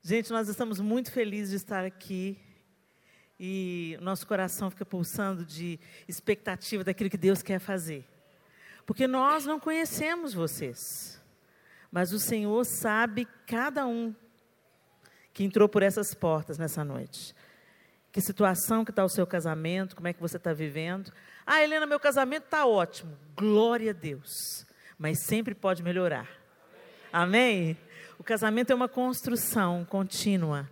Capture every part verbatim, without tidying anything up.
Gente, nós estamos muito felizes de estar aqui e nosso coração fica pulsando de expectativa daquilo que Deus quer fazer. Porque nós não conhecemos vocês, mas o Senhor sabe cada um que entrou por essas portas nessa noite. Que situação que está o seu casamento, como é que você está vivendo. Ah, Helena, meu casamento está ótimo. Glória a Deus. Mas sempre pode melhorar. Amém? O casamento é uma construção contínua.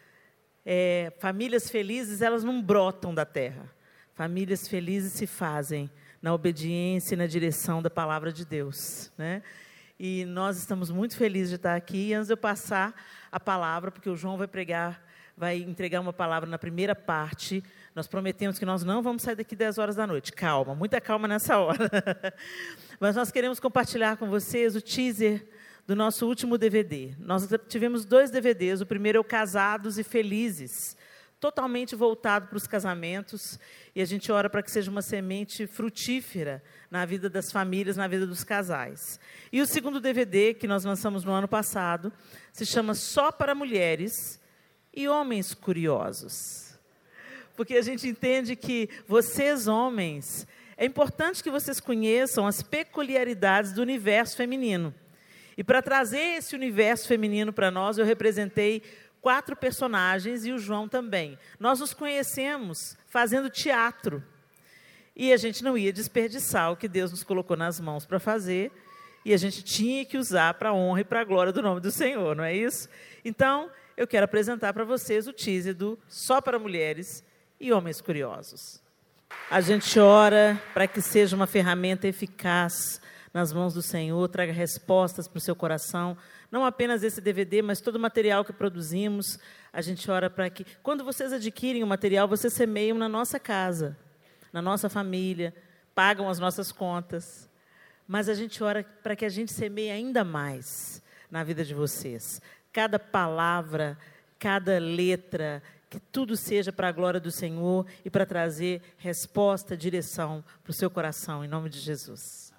É, famílias felizes, elas não brotam da terra. Famílias felizes se fazem na obediência e na direção da palavra de Deus, né? E nós estamos muito felizes de estar aqui. E antes de eu passar a palavra, porque o João vai pregar, vai entregar uma palavra na primeira parte. Nós prometemos que nós não vamos sair daqui dez horas da noite. Calma, muita calma nessa hora. Mas nós queremos compartilhar com vocês o teaser do nosso último D V D. Nós tivemos dois D V Ds. O primeiro é o Casados e Felizes, totalmente voltado para os casamentos. E a gente ora para que seja uma semente frutífera na vida das famílias, na vida dos casais. E o segundo D V D, que nós lançamos no ano passado, se chama Só para Mulheres e Homens Curiosos. Porque a gente entende que vocês, homens, é importante que vocês conheçam as peculiaridades do universo feminino. E para trazer esse universo feminino para nós, eu representei quatro personagens e o João também. Nós nos conhecemos fazendo teatro. E a gente não ia desperdiçar o que Deus nos colocou nas mãos para fazer. E a gente tinha que usar para a honra e para a glória do nome do Senhor, não é isso? Então, eu quero apresentar para vocês o teaser do Só para Mulheres e Homens Curiosos. A gente ora para que seja uma ferramenta eficaz nas mãos do Senhor, traga respostas para o seu coração, não apenas esse D V D, mas todo o material que produzimos. A gente ora para que, quando vocês adquirem o material, vocês semeiam na nossa casa, na nossa família, pagam as nossas contas, mas a gente ora para que a gente semeie ainda mais na vida de vocês. Cada palavra, cada letra, que tudo seja para a glória do Senhor e para trazer resposta, direção para o seu coração, em nome de Jesus.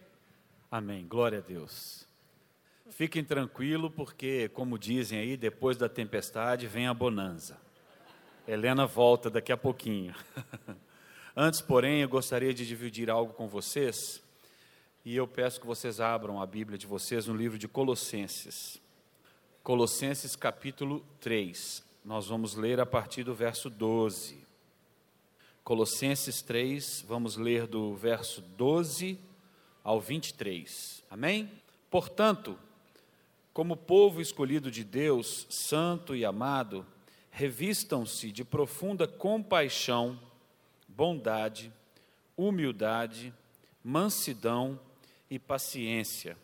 Amém, glória a Deus. Fiquem tranquilos, porque, como dizem aí, depois da tempestade vem a bonança. Helena volta daqui a pouquinho. Antes, porém, eu gostaria de dividir algo com vocês, e eu peço que vocês abram a Bíblia de vocês no livro de Colossenses. Colossenses capítulo três. Nós vamos ler a partir do verso doze. Colossenses três, vamos ler do verso doze ao vinte e três. Amém? Portanto, como povo escolhido de Deus, santo e amado, revistam-se de profunda compaixão, bondade, humildade, mansidão e paciência.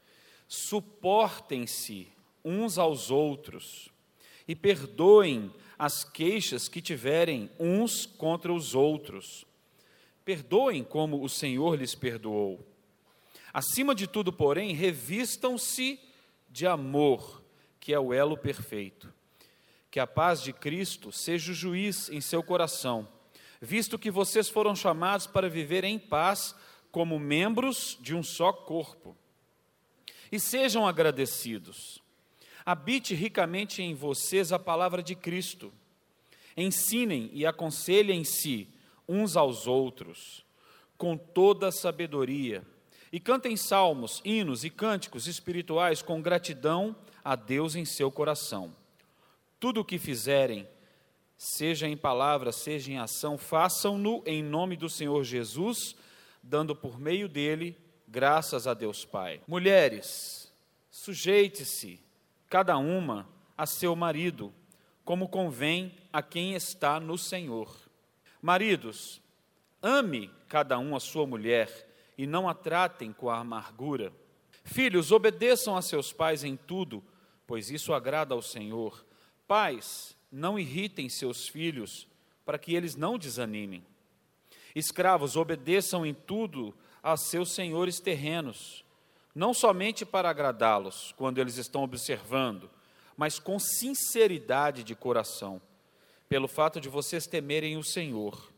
Suportem-se uns aos outros e perdoem as queixas que tiverem uns contra os outros. Perdoem como o Senhor lhes perdoou. Acima de tudo, porém, revistam-se de amor, que é o elo perfeito. Que a paz de Cristo seja o juiz em seu coração, visto que vocês foram chamados para viver em paz como membros de um só corpo. E sejam agradecidos. Habite ricamente em vocês a palavra de Cristo. Ensinem e aconselhem-se uns aos outros, com toda a sabedoria, e cantem salmos, hinos e cânticos espirituais com gratidão a Deus em seu coração. Tudo o que fizerem, seja em palavra, seja em ação, façam-no em nome do Senhor Jesus, dando por meio dele graças a Deus Pai. Mulheres, sujeite-se, cada uma, a seu marido, como convém a quem está no Senhor. Maridos, ame cada um a sua mulher, e não a tratem com a amargura. Filhos, obedeçam a seus pais em tudo, pois isso agrada ao Senhor. Pais, não irritem seus filhos, para que eles não desanimem. Escravos, obedeçam em tudo a seus senhores terrenos, não somente para agradá-los, quando eles estão observando, mas com sinceridade de coração, pelo fato de vocês temerem o Senhor.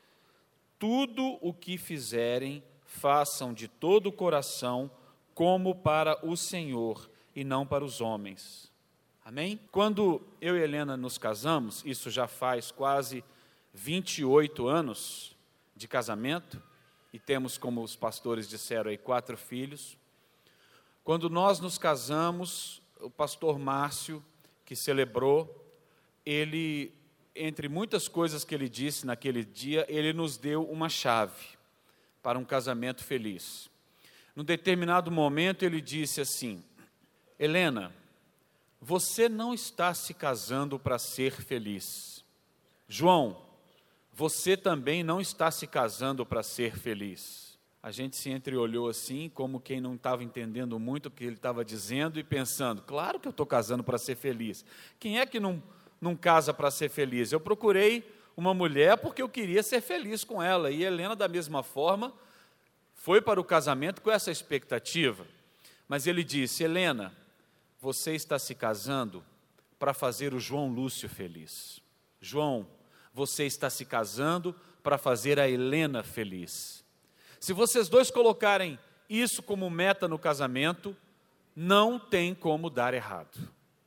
Tudo o que fizerem, façam de todo o coração, como para o Senhor, e não para os homens. Amém? Quando eu e Helena nos casamos, isso já faz quase vinte e oito anos de casamento, e temos, como os pastores disseram aí, quatro filhos. Quando nós nos casamos, o pastor Márcio, que celebrou, ele, entre muitas coisas que ele disse naquele dia, ele nos deu uma chave para um casamento feliz. Num determinado momento ele disse assim: Helena, você não está se casando para ser feliz. João, você também não está se casando para ser feliz. A gente se entreolhou assim, como quem não estava entendendo muito o que ele estava dizendo e pensando, claro que eu estou casando para ser feliz. Quem é que não, não casa para ser feliz? Eu procurei uma mulher porque eu queria ser feliz com ela. E Helena, da mesma forma, foi para o casamento com essa expectativa. Mas ele disse, Helena, você está se casando para fazer o João Lúcio feliz. João, você está se casando para fazer a Helena feliz. Se vocês dois colocarem isso como meta no casamento, não tem como dar errado.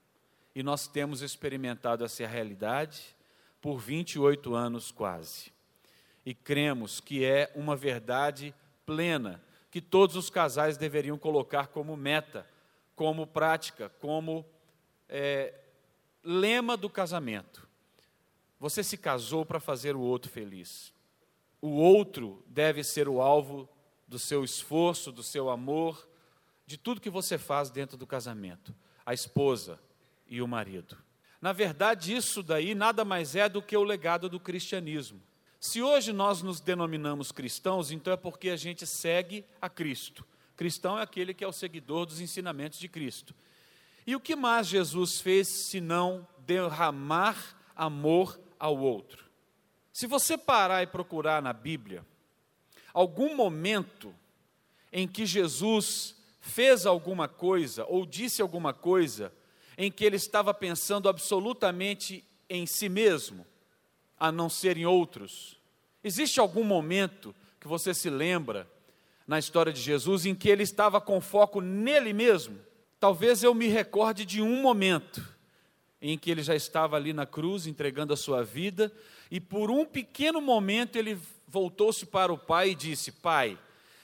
E nós temos experimentado essa realidade por vinte e oito anos quase. E cremos que é uma verdade plena, que todos os casais deveriam colocar como meta, como prática, como é, lema do casamento. Você se casou para fazer o outro feliz. O outro deve ser o alvo do seu esforço, do seu amor, de tudo que você faz dentro do casamento. A esposa e o marido. Na verdade, isso daí nada mais é do que o legado do cristianismo. Se hoje nós nos denominamos cristãos, então é porque a gente segue a Cristo. Cristão é aquele que é o seguidor dos ensinamentos de Cristo. E o que mais Jesus fez senão derramar amor ao outro? Se você parar e procurar na Bíblia, algum momento em que Jesus fez alguma coisa ou disse alguma coisa em que ele estava pensando absolutamente em si mesmo, a não ser em outros, existe algum momento que você se lembra na história de Jesus, em que ele estava com foco nele mesmo? Talvez eu me recorde de um momento, em que ele já estava ali na cruz, entregando a sua vida, e por um pequeno momento ele voltou-se para o Pai e disse, Pai,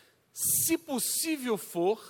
se possível for,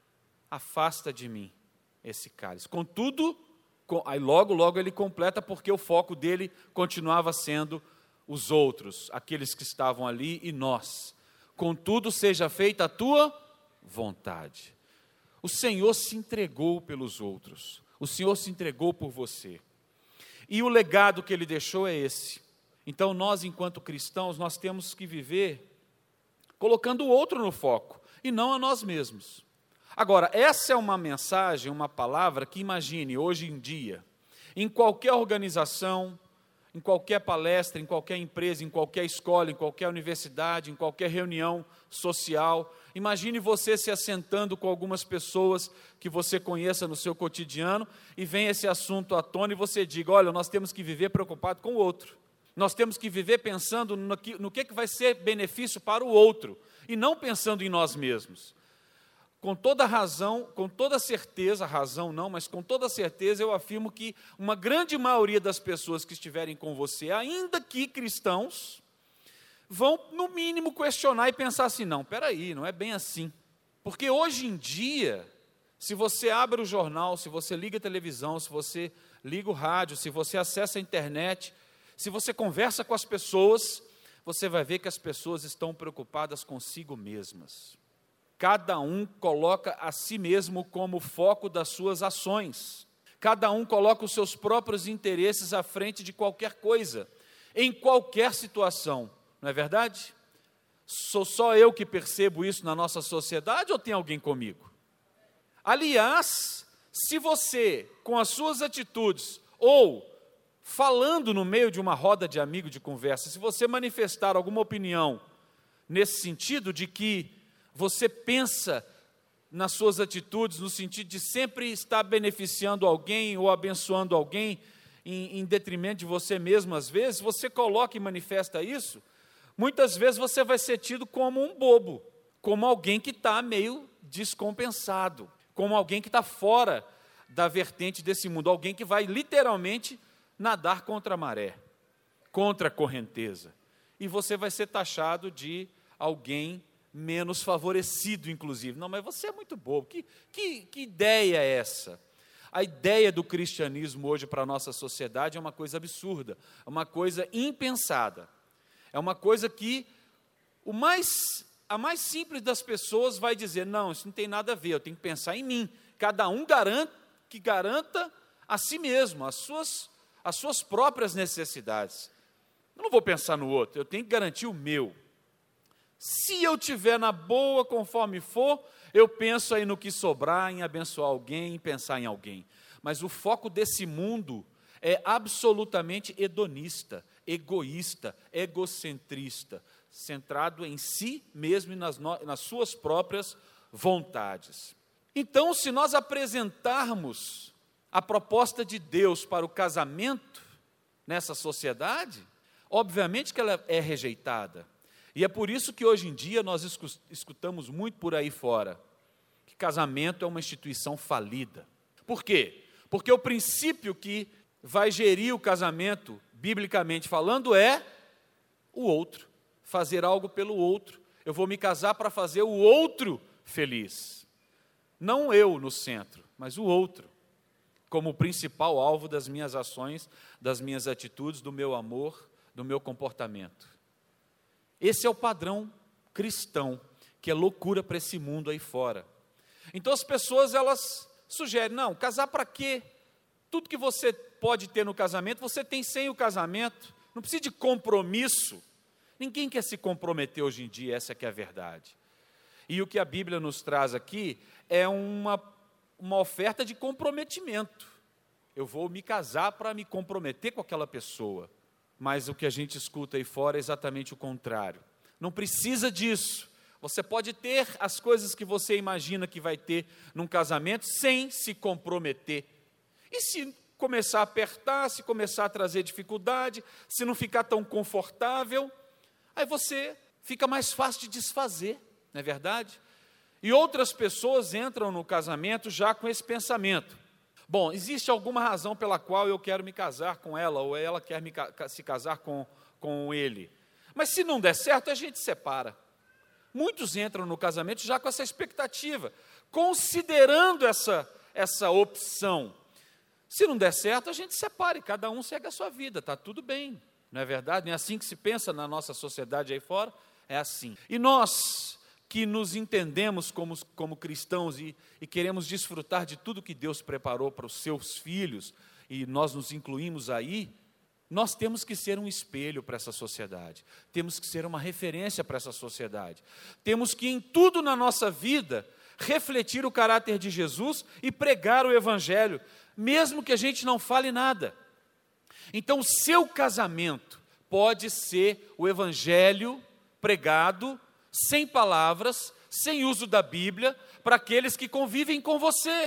afasta de mim esse cálice. Contudo, com, aí logo, logo ele completa, porque o foco dele continuava sendo os outros, aqueles que estavam ali e nós. Contudo, seja feita a tua vontade. O Senhor se entregou pelos outros. O Senhor se entregou por você. E o legado que Ele deixou é esse. Então, nós, enquanto cristãos, nós temos que viver colocando o outro no foco, e não a nós mesmos. Agora, essa é uma mensagem, uma palavra que, imagine, hoje em dia, em qualquer organização, em qualquer palestra, em qualquer empresa, em qualquer escola, em qualquer universidade, em qualquer reunião social. Imagine você se assentando com algumas pessoas que você conheça no seu cotidiano e vem esse assunto à tona e você diga, olha, nós temos que viver preocupado com o outro. Nós temos que viver pensando no que, no que vai ser benefício para o outro e não pensando em nós mesmos. Com toda razão, com toda certeza, razão não, mas com toda certeza eu afirmo que uma grande maioria das pessoas que estiverem com você, ainda que cristãos, vão no mínimo questionar e pensar assim, não, peraí, não é bem assim. Porque hoje em dia, se você abre o jornal, se você liga a televisão, se você liga o rádio, se você acessa a internet, se você conversa com as pessoas, você vai ver que as pessoas estão preocupadas consigo mesmas. Cada um coloca a si mesmo como foco das suas ações. Cada um coloca os seus próprios interesses à frente de qualquer coisa, em qualquer situação. Não é verdade? Sou só eu que percebo isso na nossa sociedade ou tem alguém comigo? Aliás, se você, com as suas atitudes, ou falando no meio de uma roda de amigo de conversa, se você manifestar alguma opinião nesse sentido de que você pensa nas suas atitudes, no sentido de sempre estar beneficiando alguém ou abençoando alguém, em, em detrimento de você mesmo, às vezes, você coloca e manifesta isso, muitas vezes você vai ser tido como um bobo, como alguém que está meio descompensado, como alguém que está fora da vertente desse mundo, alguém que vai literalmente nadar contra a maré, contra a correnteza. E você vai ser taxado de alguém menos favorecido, inclusive. Não, mas você é muito bobo. Que, que, que ideia é essa? A ideia do cristianismo hoje para a nossa sociedade é uma coisa absurda, é uma coisa impensada. É uma coisa que o mais, a mais simples das pessoas vai dizer, não, isso não tem nada a ver, eu tenho que pensar em mim. Cada um garante, que garanta a si mesmo, as suas, as suas próprias necessidades. Eu não vou pensar no outro, eu tenho que garantir o meu. Se eu tiver na boa, conforme for, eu penso aí no que sobrar, em abençoar alguém, em pensar em alguém. Mas o foco desse mundo é absolutamente hedonista, egoísta, egocentrista, centrado em si mesmo e nas, no, nas suas próprias vontades. Então, se nós apresentarmos a proposta de Deus para o casamento nessa sociedade, obviamente que ela é rejeitada. E é por isso que hoje em dia nós escutamos muito por aí fora que casamento é uma instituição falida. Por quê? Porque o princípio que vai gerir o casamento, biblicamente falando, é o outro, fazer algo pelo outro. Eu vou me casar para fazer o outro feliz. Não eu no centro, mas o outro, como o principal alvo das minhas ações, das minhas atitudes, do meu amor, do meu comportamento. Esse é o padrão cristão, que é loucura para esse mundo aí fora. Então as pessoas, elas sugerem, não, casar para quê? Tudo que você pode ter no casamento, você tem sem o casamento, não precisa de compromisso. Ninguém quer se comprometer hoje em dia, essa que é a verdade. E o que a Bíblia nos traz aqui é uma, uma oferta de comprometimento. Eu vou me casar para me comprometer com aquela pessoa. Mas o que a gente escuta aí fora é exatamente o contrário. Não precisa disso. Você pode ter as coisas que você imagina que vai ter num casamento sem se comprometer. E se começar a apertar, se começar a trazer dificuldade, se não ficar tão confortável, aí você fica mais fácil de desfazer, não é verdade? E outras pessoas entram no casamento já com esse pensamento. Bom, existe alguma razão pela qual eu quero me casar com ela, ou ela quer me, se casar com, com ele. Mas se não der certo, a gente separa. Muitos entram no casamento já com essa expectativa, considerando essa, essa opção. Se não der certo, a gente separa e cada um segue a sua vida, está tudo bem. Não é verdade? Não é assim que se pensa na nossa sociedade aí fora? É assim. E nós que nos entendemos como, como cristãos e, e queremos desfrutar de tudo que Deus preparou para os seus filhos, e nós nos incluímos aí, nós temos que ser um espelho para essa sociedade, temos que ser uma referência para essa sociedade, temos que em tudo na nossa vida refletir o caráter de Jesus e pregar o Evangelho, mesmo que a gente não fale nada. Então o seu casamento pode ser o Evangelho pregado, sem palavras, sem uso da Bíblia, para aqueles que convivem com você,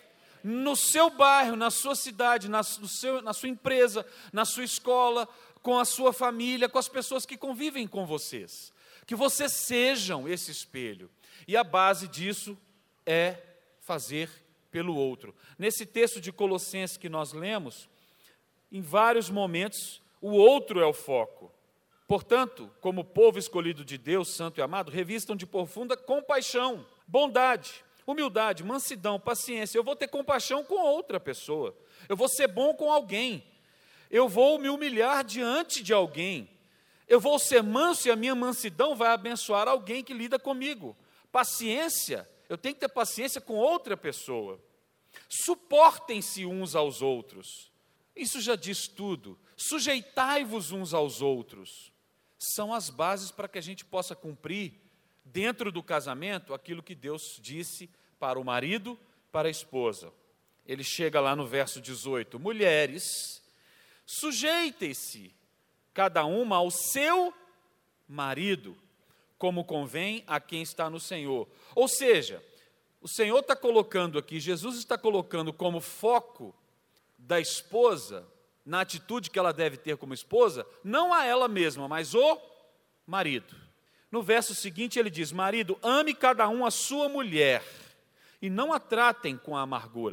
no seu bairro, na sua cidade, na, no seu, na sua empresa, na sua escola, com a sua família, com as pessoas que convivem com vocês. Que vocês sejam esse espelho. E a base disso é fazer pelo outro. Nesse texto de Colossenses que nós lemos, em vários momentos, o outro é o foco. Portanto, como povo escolhido de Deus, santo e amado, revistam de profunda compaixão, bondade, humildade, mansidão, paciência. Eu vou ter compaixão com outra pessoa. Eu vou ser bom com alguém. Eu vou me humilhar diante de alguém. Eu vou ser manso e a minha mansidão vai abençoar alguém que lida comigo. Paciência, eu tenho que ter paciência com outra pessoa. Suportem-se uns aos outros. Isso já diz tudo. Sujeitai-vos uns aos outros. São as bases para que a gente possa cumprir, dentro do casamento, aquilo que Deus disse para o marido, para a esposa. Ele chega lá no verso dezoito, mulheres, sujeitem-se, cada uma ao seu marido, como convém a quem está no Senhor. Ou seja, o Senhor está colocando aqui, Jesus está colocando como foco da esposa, na atitude que ela deve ter como esposa, não a ela mesma, mas o marido. No verso seguinte ele diz, marido, ame cada um a sua mulher, e não a tratem com a amargura.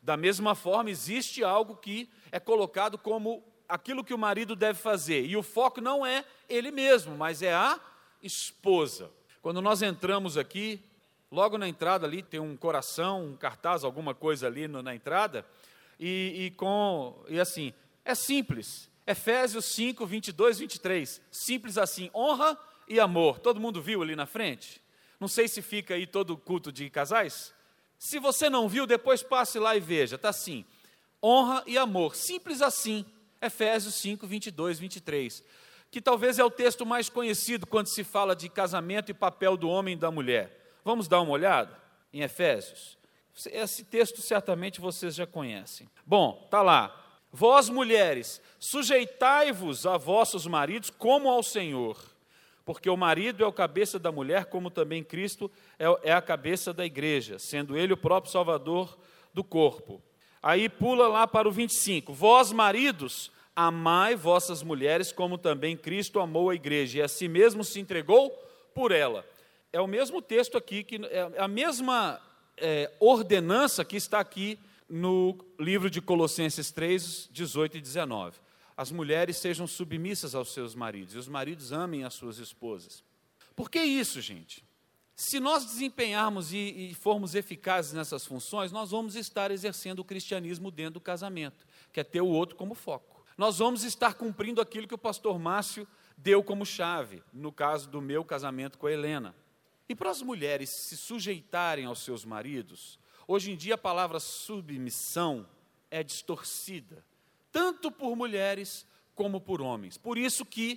Da mesma forma, existe algo que é colocado como aquilo que o marido deve fazer, e o foco não é ele mesmo, mas é a esposa. Quando nós entramos aqui, logo na entrada ali tem um coração, um cartaz, alguma coisa ali no, na entrada, e, e, com, e assim, é simples, Efésios cinco, vinte e dois, vinte e três, simples assim, honra e amor. Todo mundo viu ali na frente? Não sei se fica aí todo culto de casais. Se você não viu, depois passe lá e veja, está assim, honra e amor, simples assim, Efésios cinco, vinte e dois, vinte e três, que talvez é o texto mais conhecido quando se fala de casamento e papel do homem e da mulher. Vamos dar uma olhada em Efésios? Esse texto certamente vocês já conhecem. Bom, está lá. Vós, mulheres, sujeitai-vos a vossos maridos como ao Senhor, porque o marido é o cabeça da mulher, como também Cristo é a cabeça da igreja, sendo ele o próprio Salvador do corpo. Aí pula lá para o vinte e cinco. Vós, maridos, amai vossas mulheres, como também Cristo amou a igreja, e a si mesmo se entregou por ela. É o mesmo texto aqui, que é a mesma é, ordenança que está aqui no livro de Colossenses três, dezoito e dezenove. As mulheres sejam submissas aos seus maridos, e os maridos amem as suas esposas. Por que isso, gente? Se nós desempenharmos e, e formos eficazes nessas funções, nós vamos estar exercendo o cristianismo dentro do casamento, que é ter o outro como foco. Nós vamos estar cumprindo aquilo que o pastor Márcio deu como chave, no caso do meu casamento com a Helena. E para as mulheres se sujeitarem aos seus maridos, hoje em dia a palavra submissão é distorcida, tanto por mulheres como por homens. Por isso que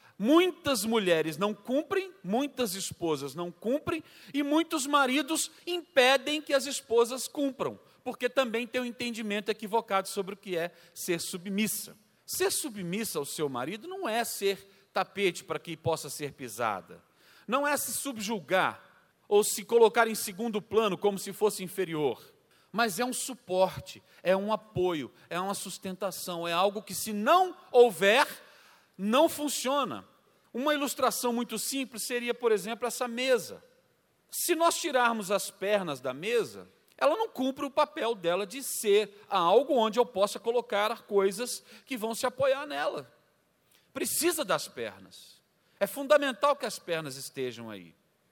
muitas mulheres não cumprem, muitas esposas não cumprem, e muitos maridos impedem que as esposas cumpram, porque também tem um entendimento equivocado sobre o que é ser submissa. Ser submissa ao seu marido não é ser tapete para que possa ser pisada, não é se subjugar ou se colocar em segundo plano como se fosse inferior, mas é um suporte, é um apoio, é uma sustentação, é algo que, se não houver, não funciona. Uma ilustração muito simples seria, por exemplo, essa mesa. Se nós tirarmos as pernas da mesa, ela não cumpre o papel dela de ser algo onde eu possa colocar coisas que vão se apoiar nela. Precisa das pernas. É fundamental que as pernas estejam aí.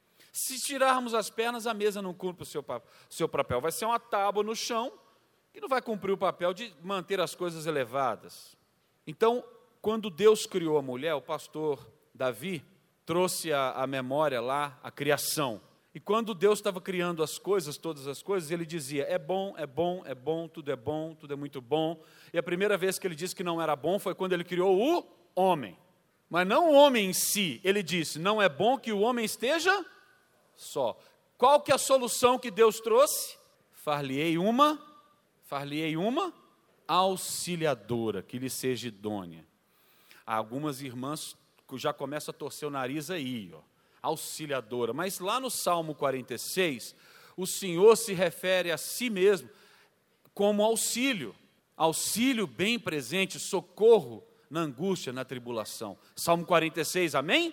Se tirarmos as pernas, a mesa não cumpre o seu, o seu papel. Vai ser uma tábua no chão que não vai cumprir o papel de manter as coisas elevadas. Então, quando Deus criou a mulher, o pastor Davi trouxe à memória lá a criação. E quando Deus estava criando as coisas, todas as coisas, ele dizia, é bom, é bom, é bom, tudo é bom, tudo é muito bom. E a primeira vez que ele disse que não era bom foi quando ele criou o homem. Mas não o homem em si. Ele disse, não é bom que o homem esteja só. Qual que é a solução que Deus trouxe? Far-lhe-ei uma, far-lhe-ei uma auxiliadora, que lhe seja idônea. Algumas irmãs já começam a torcer o nariz aí, ó, auxiliadora. Mas lá no Salmo quarenta e seis, o Senhor se refere a si mesmo como auxílio, auxílio bem presente, socorro na angústia, na tribulação. Salmo quarenta e seis, amém?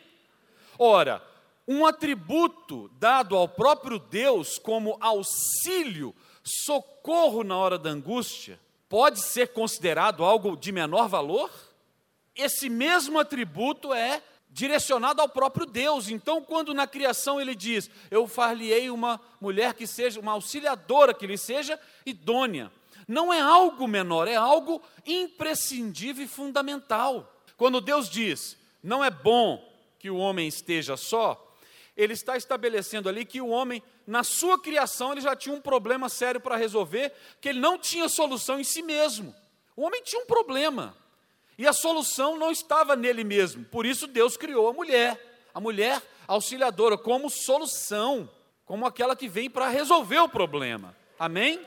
Ora, um atributo dado ao próprio Deus como auxílio, socorro na hora da angústia, pode ser considerado algo de menor valor? Esse mesmo atributo é direcionado ao próprio Deus. Então, quando na criação ele diz, eu far-lhe-ei uma mulher que seja, uma auxiliadora que lhe seja idônea, não é algo menor, é algo imprescindível e fundamental. Quando Deus diz, não é bom que o homem esteja só, ele está estabelecendo ali que o homem, na sua criação, ele já tinha um problema sério para resolver, que ele não tinha solução em si mesmo. O homem tinha um problema. E a solução não estava nele mesmo. Por isso Deus criou a mulher. A mulher auxiliadora como solução. Como aquela que vem para resolver o problema. Amém?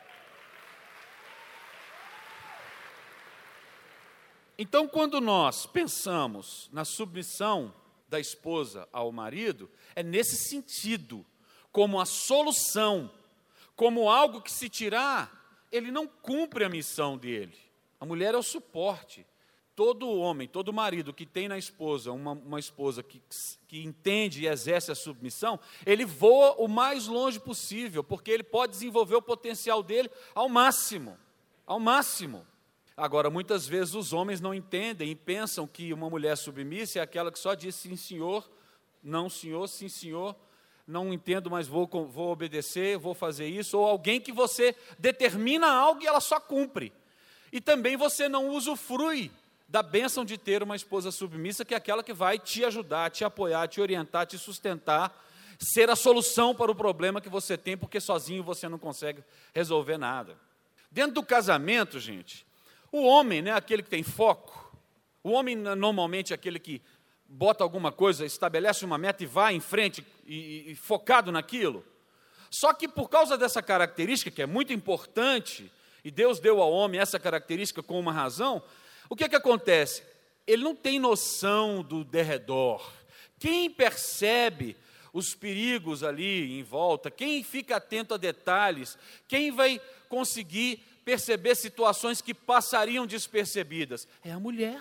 Então, quando nós pensamos na submissão da esposa ao marido, é nesse sentido. Como a solução. Como algo que, se tirar, ele não cumpre a missão dele. A mulher é o suporte. todo homem, todo marido que tem na esposa, uma, uma esposa que, que entende e exerce a submissão, ele voa o mais longe possível, porque ele pode desenvolver o potencial dele ao máximo, ao máximo. Agora, muitas vezes os homens não entendem e pensam que uma mulher submissa é aquela que só diz sim, senhor, não, senhor, sim, senhor, não entendo, mas vou, vou obedecer, vou fazer isso, ou alguém que você determina algo e ela só cumpre. E também você não usufrui da bênção de ter uma esposa submissa, que é aquela que vai te ajudar, te apoiar, te orientar, te sustentar, ser a solução para o problema que você tem, porque sozinho você não consegue resolver nada. Dentro do casamento, gente, o homem, né, aquele que tem foco, o homem normalmente é aquele que bota alguma coisa, estabelece uma meta e vai em frente, e, e, e focado naquilo. Só que por causa dessa característica, que é muito importante, e Deus deu ao homem essa característica com uma razão, o que é que acontece? Ele não tem noção do derredor. Quem percebe os perigos ali em volta, quem fica atento a detalhes, quem vai conseguir perceber situações que passariam despercebidas? É a mulher.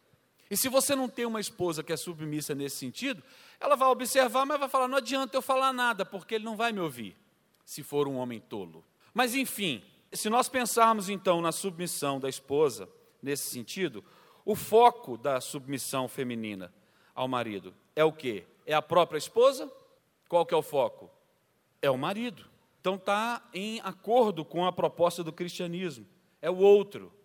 E se você não tem uma esposa que é submissa nesse sentido, ela vai observar, mas vai falar, não adianta eu falar nada, porque ele não vai me ouvir, se for um homem tolo. Mas enfim, se nós pensarmos então na submissão da esposa, nesse sentido, o foco da submissão feminina ao marido é o quê? É a própria esposa? Qual que é o foco? É o marido. Então está em acordo com a proposta do cristianismo. É o outro.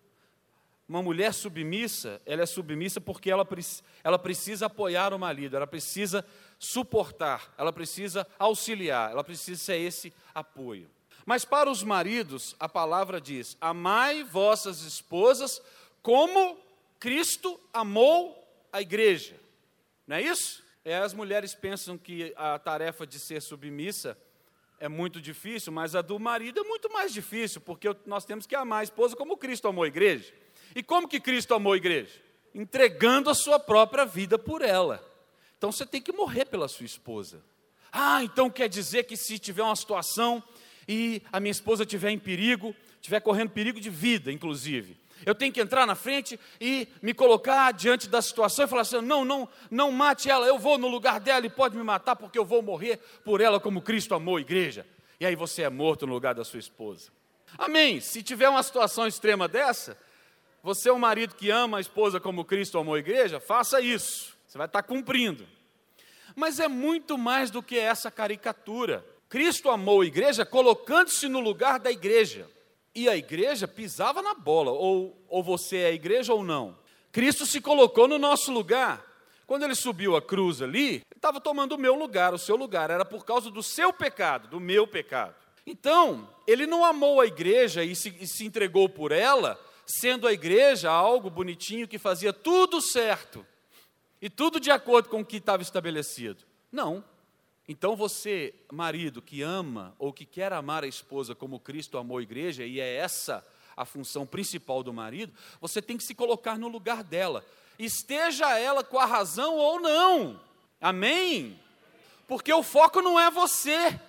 Uma mulher submissa, ela é submissa porque ela, ela precisa apoiar o marido, ela precisa suportar, ela precisa auxiliar, ela precisa ser esse apoio. Mas para os maridos, a palavra diz, amai vossas esposas como Cristo amou a igreja. Não é isso? É, as mulheres pensam que a tarefa de ser submissa é muito difícil, mas a do marido é muito mais difícil, porque nós temos que amar a esposa como Cristo amou a igreja. E como que Cristo amou a igreja? Entregando a sua própria vida por ela. Então você tem que morrer pela sua esposa. Ah, então quer dizer que se tiver uma situação e a minha esposa estiver em perigo, estiver correndo perigo de vida, inclusive, eu tenho que entrar na frente e me colocar diante da situação e falar assim, não, não, não mate ela, eu vou no lugar dela e pode me matar porque eu vou morrer por ela como Cristo amou a igreja. E aí você é morto no lugar da sua esposa. Amém? Se tiver uma situação extrema dessa, você é um marido que ama a esposa como Cristo amou a igreja, faça isso, você vai estar cumprindo. Mas é muito mais do que essa caricatura. Cristo amou a igreja colocando-se no lugar da igreja. E a igreja pisava na bola, ou, ou você é a igreja ou não. Cristo se colocou no nosso lugar. Quando ele subiu a cruz ali, ele estava tomando o meu lugar, o seu lugar. Era por causa do seu pecado, do meu pecado. Então, ele não amou a igreja e se, e se entregou por ela, sendo a igreja algo bonitinho que fazia tudo certo. E tudo de acordo com o que estava estabelecido. Não. Então você, marido, que ama ou que quer amar a esposa como Cristo amou a igreja, e é essa a função principal do marido, você tem que se colocar no lugar dela. Esteja ela com a razão ou não. Amém? Porque o foco não é você.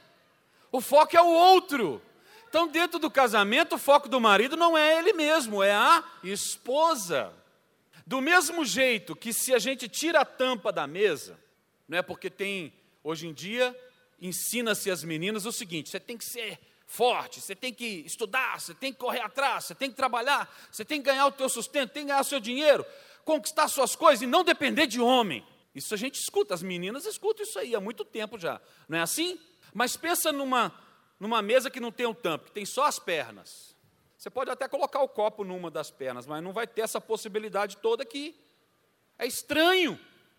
O foco é o outro. Então, dentro do casamento, o foco do marido não é ele mesmo, é a esposa. Do mesmo jeito que se a gente tira a tampa da mesa, não é porque tem... Hoje em dia, ensina-se às meninas o seguinte, você tem que ser forte, você tem que estudar, você tem que correr atrás, você tem que trabalhar, você tem que ganhar o teu sustento, tem que ganhar o seu dinheiro, conquistar suas coisas e não depender de homem. Isso a gente escuta, as meninas escutam isso aí há muito tempo já, não é assim? Mas pensa numa, numa mesa que não tem um tampo, que tem só as pernas. Você pode até colocar o copo numa das pernas, mas não vai ter essa possibilidade toda aqui. É estranho,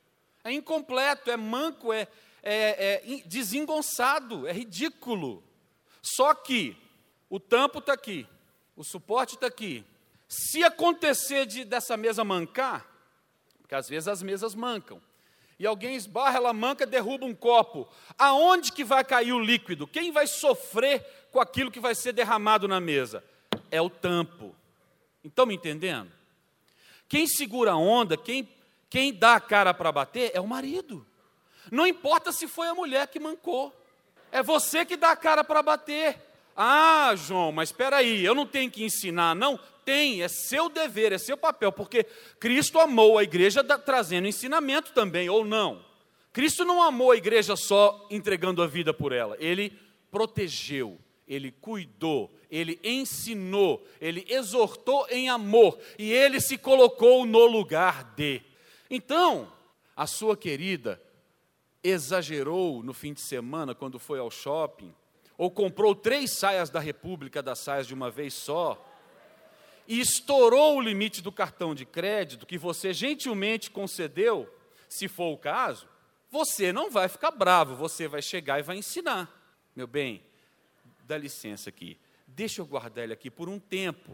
é incompleto, é manco, é... É, é desengonçado, é ridículo. Só que o tampo está aqui, o suporte está aqui. Se acontecer de, dessa mesa mancar, porque às vezes as mesas mancam, e alguém esbarra, ela manca, derruba um copo, aonde que vai cair o líquido? Quem vai sofrer com aquilo que vai ser derramado na mesa? É o tampo. Estão me entendendo? Quem segura a onda, quem, quem dá a cara para bater, é o marido. Não importa se foi a mulher que mancou, é você que dá a cara para bater. Ah, João, mas espera aí, eu não tenho que ensinar, não? tem, é seu dever, é seu papel, porque Cristo amou a igreja da, trazendo ensinamento também, ou não. Cristo não amou a igreja só entregando a vida por ela, Ele protegeu, Ele cuidou, Ele ensinou, Ele exortou em amor, e Ele se colocou no lugar de. Então, a sua querida exagerou no fim de semana quando foi ao shopping, ou comprou três saias da República das saias de uma vez só, e estourou o limite do cartão de crédito que você gentilmente concedeu, se for o caso, você não vai ficar bravo, você vai chegar e vai ensinar. Meu bem, dá licença aqui, deixa eu guardar ele aqui por um tempo.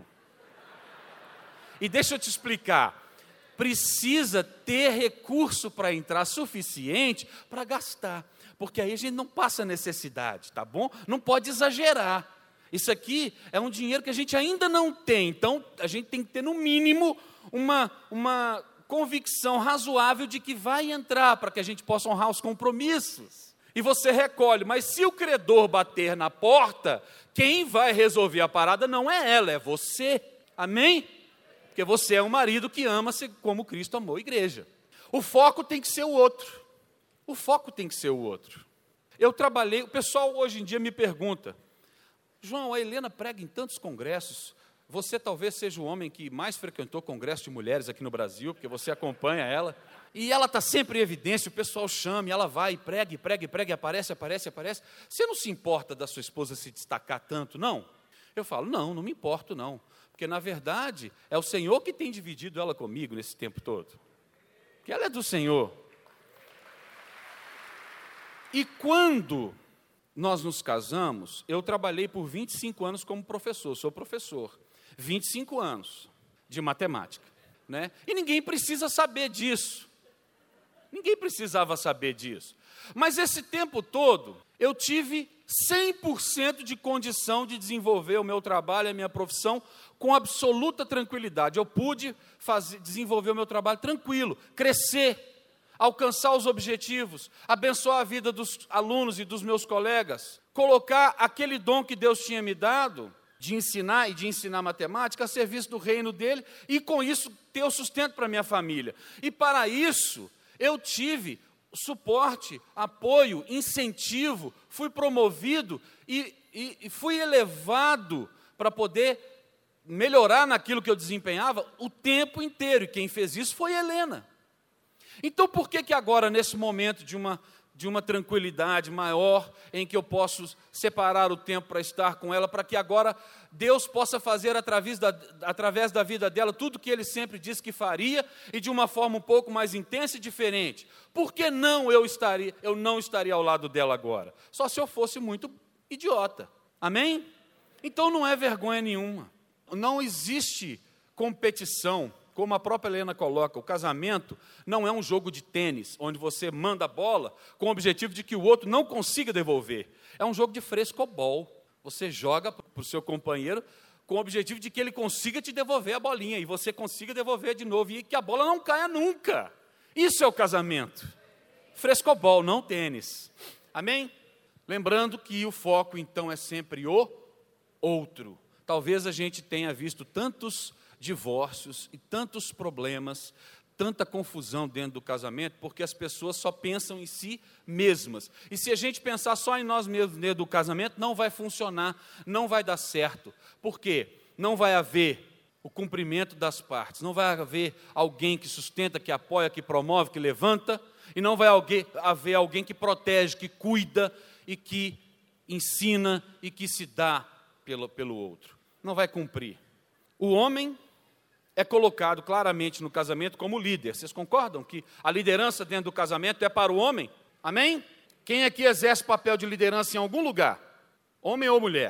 E deixa eu te explicar, precisa ter recurso para entrar suficiente para gastar, porque aí a gente não passa necessidade, tá bom? Não pode exagerar. Isso aqui é um dinheiro que a gente ainda não tem, então a gente tem que ter no mínimo uma, uma convicção razoável de que vai entrar, para que a gente possa honrar os compromissos. E você recolhe, mas se o credor bater na porta, quem vai resolver a parada não é ela, é você. Amém? Porque você é um marido que ama-se como Cristo amou a igreja. O foco tem que ser o outro. O foco tem que ser o outro. Eu trabalhei, o pessoal hoje em dia me pergunta, João, a Helena prega em tantos congressos, você talvez seja o homem que mais frequentou congresso de mulheres aqui no Brasil, porque você acompanha ela, e ela está sempre em evidência, o pessoal chama, e ela vai, e prega, e prega, e prega, e aparece, aparece, aparece. Você não se importa da sua esposa se destacar tanto, não? Eu falo, não, não me importo, não. Porque, na verdade, é o Senhor que tem dividido ela comigo nesse tempo todo. Porque ela é do Senhor. E quando nós nos casamos, eu trabalhei por vinte e cinco anos como professor, sou professor. vinte e cinco anos de matemática, né? E ninguém precisa saber disso. Ninguém precisava saber disso. Mas esse tempo todo, eu tive cem por cento de condição de desenvolver o meu trabalho, a minha profissão, com absoluta tranquilidade. Eu pude fazer, desenvolver o meu trabalho tranquilo, crescer, alcançar os objetivos, abençoar a vida dos alunos e dos meus colegas, colocar aquele dom que Deus tinha me dado, de ensinar e de ensinar matemática, a serviço do reino dele, e com isso ter o sustento para a minha família. E para isso, eu tive suporte, apoio, incentivo, fui promovido e, e, e fui elevado para poder melhorar naquilo que eu desempenhava o tempo inteiro, e quem fez isso foi Helena. Então, por que que agora, nesse momento de uma, de uma tranquilidade maior, em que eu posso separar o tempo para estar com ela, para que agora Deus possa fazer através da, através da vida dela tudo o que Ele sempre disse que faria, e de uma forma um pouco mais intensa e diferente? Por que não eu estaria, eu não estaria ao lado dela agora? Só se eu fosse muito idiota. Amém? Então não é vergonha nenhuma. Não existe competição. Como a própria Helena coloca, o casamento não é um jogo de tênis, onde você manda a bola com o objetivo de que o outro não consiga devolver. É um jogo de frescobol. Você joga para o seu companheiro com o objetivo de que ele consiga te devolver a bolinha, e você consiga devolver de novo, e que a bola não caia nunca. Isso é o casamento. Frescobol, não tênis. Amém? Lembrando que o foco, então, é sempre o outro. Talvez a gente tenha visto tantos divórcios e tantos problemas, tanta confusão dentro do casamento, porque as pessoas só pensam em si mesmas. E se a gente pensar só em nós mesmos dentro do casamento, não vai funcionar, não vai dar certo. Por quê? Não vai haver o cumprimento das partes, não vai haver alguém que sustenta, que apoia, que promove, que levanta, e não vai haver alguém que protege, que cuida e que ensina e que se dá pelo, pelo outro. Não vai cumprir. O homem é colocado claramente no casamento como líder. Vocês concordam que a liderança dentro do casamento é para o homem? Amém? Quem aqui exerce papel de liderança em algum lugar? Homem ou mulher?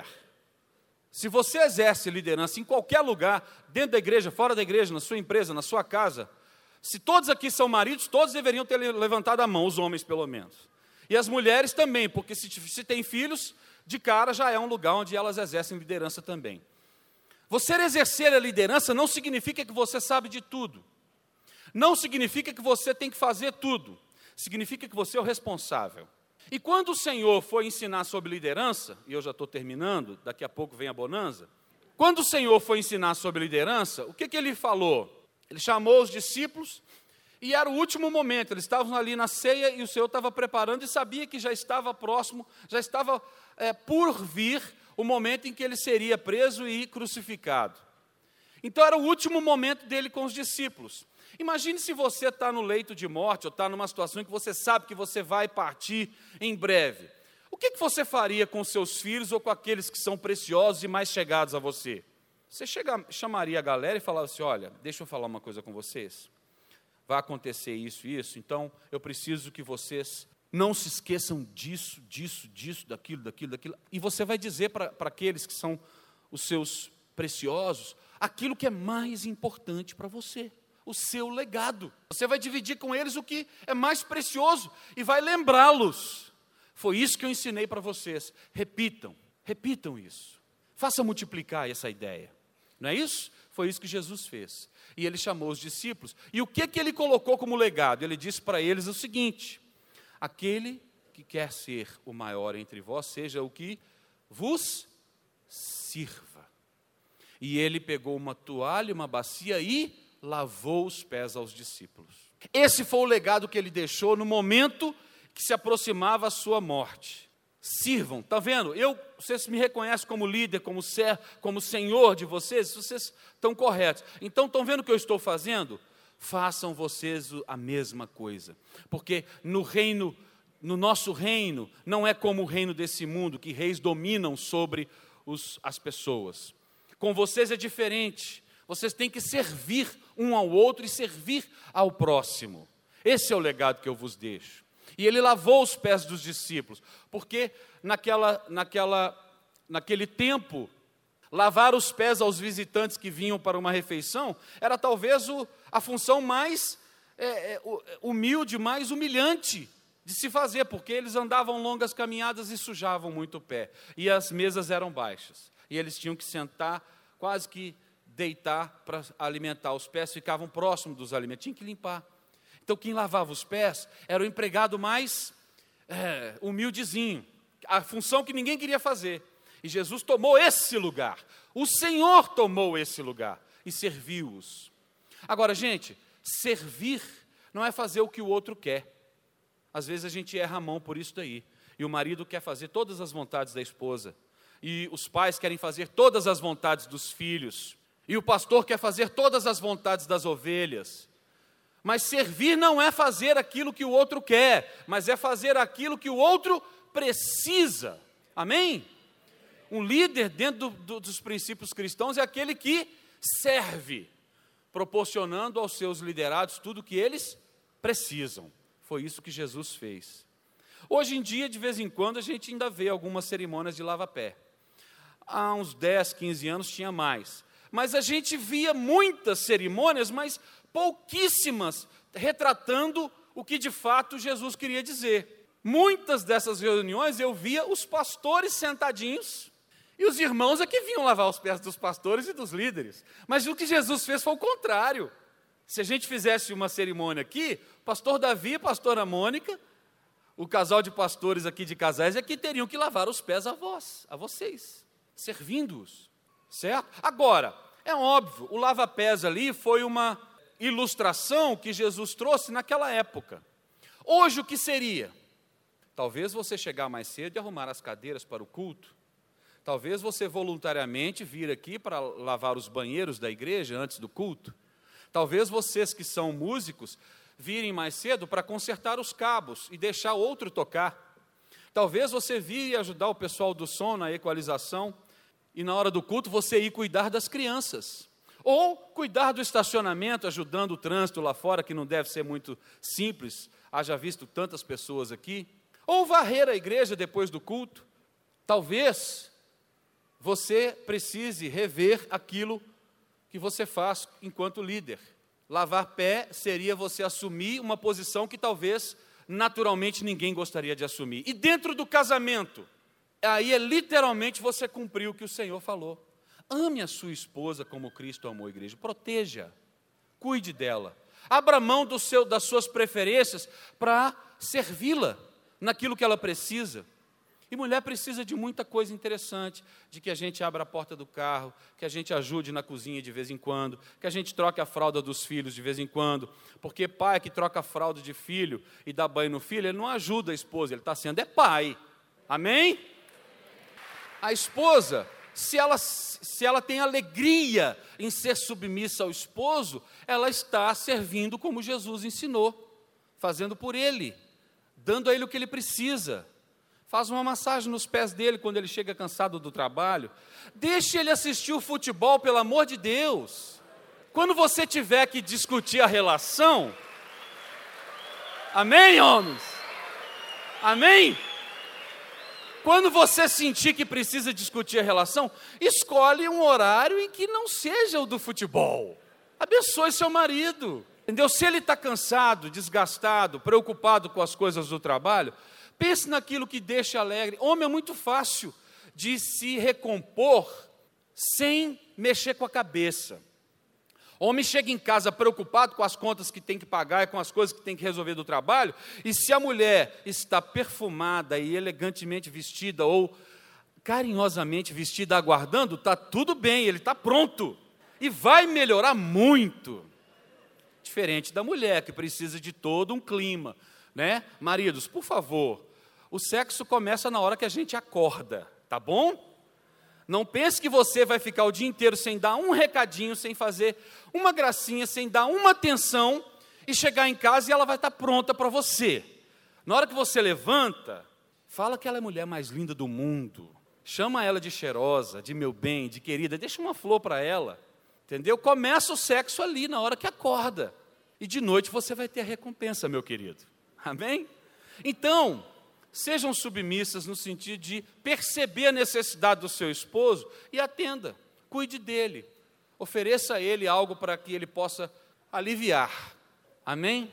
Se você exerce liderança em qualquer lugar, dentro da igreja, fora da igreja, na sua empresa, na sua casa, se todos aqui são maridos, todos deveriam ter levantado a mão, os homens pelo menos. E as mulheres também, porque se, se tem filhos, de cara já é um lugar onde elas exercem liderança também. Você exercer a liderança não significa que você sabe de tudo. Não significa que você tem que fazer tudo. Significa que você é o responsável. E quando o Senhor foi ensinar sobre liderança, e eu já estou terminando, daqui a pouco vem a bonança, Quando o Senhor foi ensinar sobre liderança, o que, que ele falou? Ele chamou os discípulos e era o último momento, eles estavam ali na ceia e o Senhor estava preparando e sabia que já estava próximo, já estava é, por vir o momento em que ele seria preso e crucificado. Então era o último momento dele com os discípulos. Imagine se você está no leito de morte ou está numa situação em que você sabe que você vai partir em breve. O que, que você faria com seus filhos ou com aqueles que são preciosos e mais chegados a você? Você chega, chamaria a galera e falava assim, olha, deixa eu falar uma coisa com vocês. Vai acontecer isso e isso, então eu preciso que vocês não se esqueçam disso, disso, disso, daquilo, daquilo, daquilo. E você vai dizer para aqueles que são os seus preciosos, aquilo que é mais importante para você, o seu legado. Você vai dividir com eles o que é mais precioso e vai lembrá-los. Foi isso que eu ensinei para vocês. Repitam, repitam isso. Faça multiplicar essa ideia. Não é isso? Foi isso que Jesus fez. E ele chamou os discípulos. E o que, que ele colocou como legado? Ele disse para eles o seguinte: aquele que quer ser o maior entre vós, seja o que vos sirva. E ele pegou uma toalha, uma bacia e lavou os pés aos discípulos. Esse foi o legado que ele deixou no momento que se aproximava a sua morte. Sirvam, está vendo? Eu, vocês me reconhecem como líder, como ser, como senhor de vocês, vocês estão corretos. Então, estão vendo o que eu estou fazendo? Façam vocês a mesma coisa. Porque no reino, no nosso reino, não é como o reino desse mundo, que reis dominam sobre os, as pessoas. Com vocês é diferente. Vocês têm que servir um ao outro e servir ao próximo. Esse é o legado que eu vos deixo. E ele lavou os pés dos discípulos, porque naquela, naquela, naquele tempo, lavar os pés aos visitantes que vinham para uma refeição era talvez o, a função mais é, humilde, mais humilhante de se fazer, porque eles andavam longas caminhadas e sujavam muito o pé, e as mesas eram baixas, e eles tinham que sentar, quase que deitar para alimentar, os pés ficavam próximos dos alimentos, tinham que limpar. Então, quem lavava os pés era o empregado mais é, humildezinho, a função que ninguém queria fazer. E Jesus tomou esse lugar, o Senhor tomou esse lugar e serviu-os. Agora, gente, servir não é fazer o que o outro quer. Às vezes a gente erra a mão por isso daí. E o marido quer fazer todas as vontades da esposa. E os pais querem fazer todas as vontades dos filhos. E o pastor quer fazer todas as vontades das ovelhas. Mas servir não é fazer aquilo que o outro quer, mas é fazer aquilo que o outro precisa. Amém? Um líder, dentro do, do, dos princípios cristãos, é aquele que serve, proporcionando aos seus liderados tudo o que eles precisam. Foi isso que Jesus fez. Hoje em dia, de vez em quando, a gente ainda vê algumas cerimônias de lava-pé. Há uns dez, quinze anos tinha mais. Mas a gente via muitas cerimônias, mas pouquíssimas, retratando o que de fato Jesus queria dizer. Muitas dessas reuniões eu via os pastores sentadinhos, e os irmãos é que vinham lavar os pés dos pastores e dos líderes. Mas o que Jesus fez foi o contrário. Se a gente fizesse uma cerimônia aqui, pastor Davi e pastora Mônica, o casal de pastores aqui de casais, é que teriam que lavar os pés a vós, a vocês, servindo-os, certo? Agora, é óbvio, o lava-pés ali foi uma ilustração que Jesus trouxe naquela época. Hoje o que seria? Talvez você chegar mais cedo e arrumar as cadeiras para o culto. Talvez você voluntariamente vir aqui para lavar os banheiros da igreja antes do culto. Talvez vocês que são músicos virem mais cedo para consertar os cabos e deixar outro tocar. Talvez você vir e ajudar o pessoal do som na equalização e na hora do culto você ir cuidar das crianças. Ou cuidar do estacionamento, ajudando o trânsito lá fora, que não deve ser muito simples, haja visto tantas pessoas aqui. Ou varrer a igreja depois do culto. Talvez você precise rever aquilo que você faz enquanto líder. Lavar pé seria você assumir uma posição que talvez naturalmente ninguém gostaria de assumir. E dentro do casamento, aí é literalmente você cumprir o que o Senhor falou. Ame a sua esposa como Cristo amou a igreja, proteja, cuide dela, abra mão do seu, das suas preferências para servi-la naquilo que ela precisa. E mulher precisa de muita coisa interessante, de que a gente abra a porta do carro, que a gente ajude na cozinha de vez em quando, que a gente troque a fralda dos filhos de vez em quando, porque pai que troca a fralda de filho e dá banho no filho, ele não ajuda a esposa, ele está sendo é pai. Amém? A esposa, se ela, se ela tem alegria em ser submissa ao esposo, ela está servindo como Jesus ensinou, fazendo por ele, dando a ele o que ele precisa. Faz uma massagem nos pés dele quando ele chega cansado do trabalho. Deixe ele assistir o futebol, pelo amor de Deus. Quando você tiver que discutir a relação, amém, homens? Amém? Quando você sentir que precisa discutir a relação, escolhe um horário em que não seja o do futebol. Abençoe seu marido. Entendeu? Se ele está cansado, desgastado, preocupado com as coisas do trabalho, pense naquilo que deixa alegre. Homem é muito fácil de se recompor sem mexer com a cabeça. Homem chega em casa preocupado com as contas que tem que pagar e com as coisas que tem que resolver do trabalho, e se a mulher está perfumada e elegantemente vestida ou carinhosamente vestida, aguardando, está tudo bem, ele está pronto e vai melhorar muito. Diferente da mulher, que precisa de todo um clima, né? Maridos, por favor, o sexo começa na hora que a gente acorda, tá bom? Não pense que você vai ficar o dia inteiro sem dar um recadinho, sem fazer uma gracinha, sem dar uma atenção, e chegar em casa e ela vai estar pronta para você. Na hora que você levanta, fala que ela é a mulher mais linda do mundo, chama ela de cheirosa, de meu bem, de querida, deixa uma flor para ela, entendeu? Começa o sexo ali, na hora que acorda, e de noite você vai ter a recompensa, meu querido, amém? Então, sejam submissas no sentido de perceber a necessidade do seu esposo e atenda, cuide dele, ofereça a ele algo para que ele possa aliviar. Amém?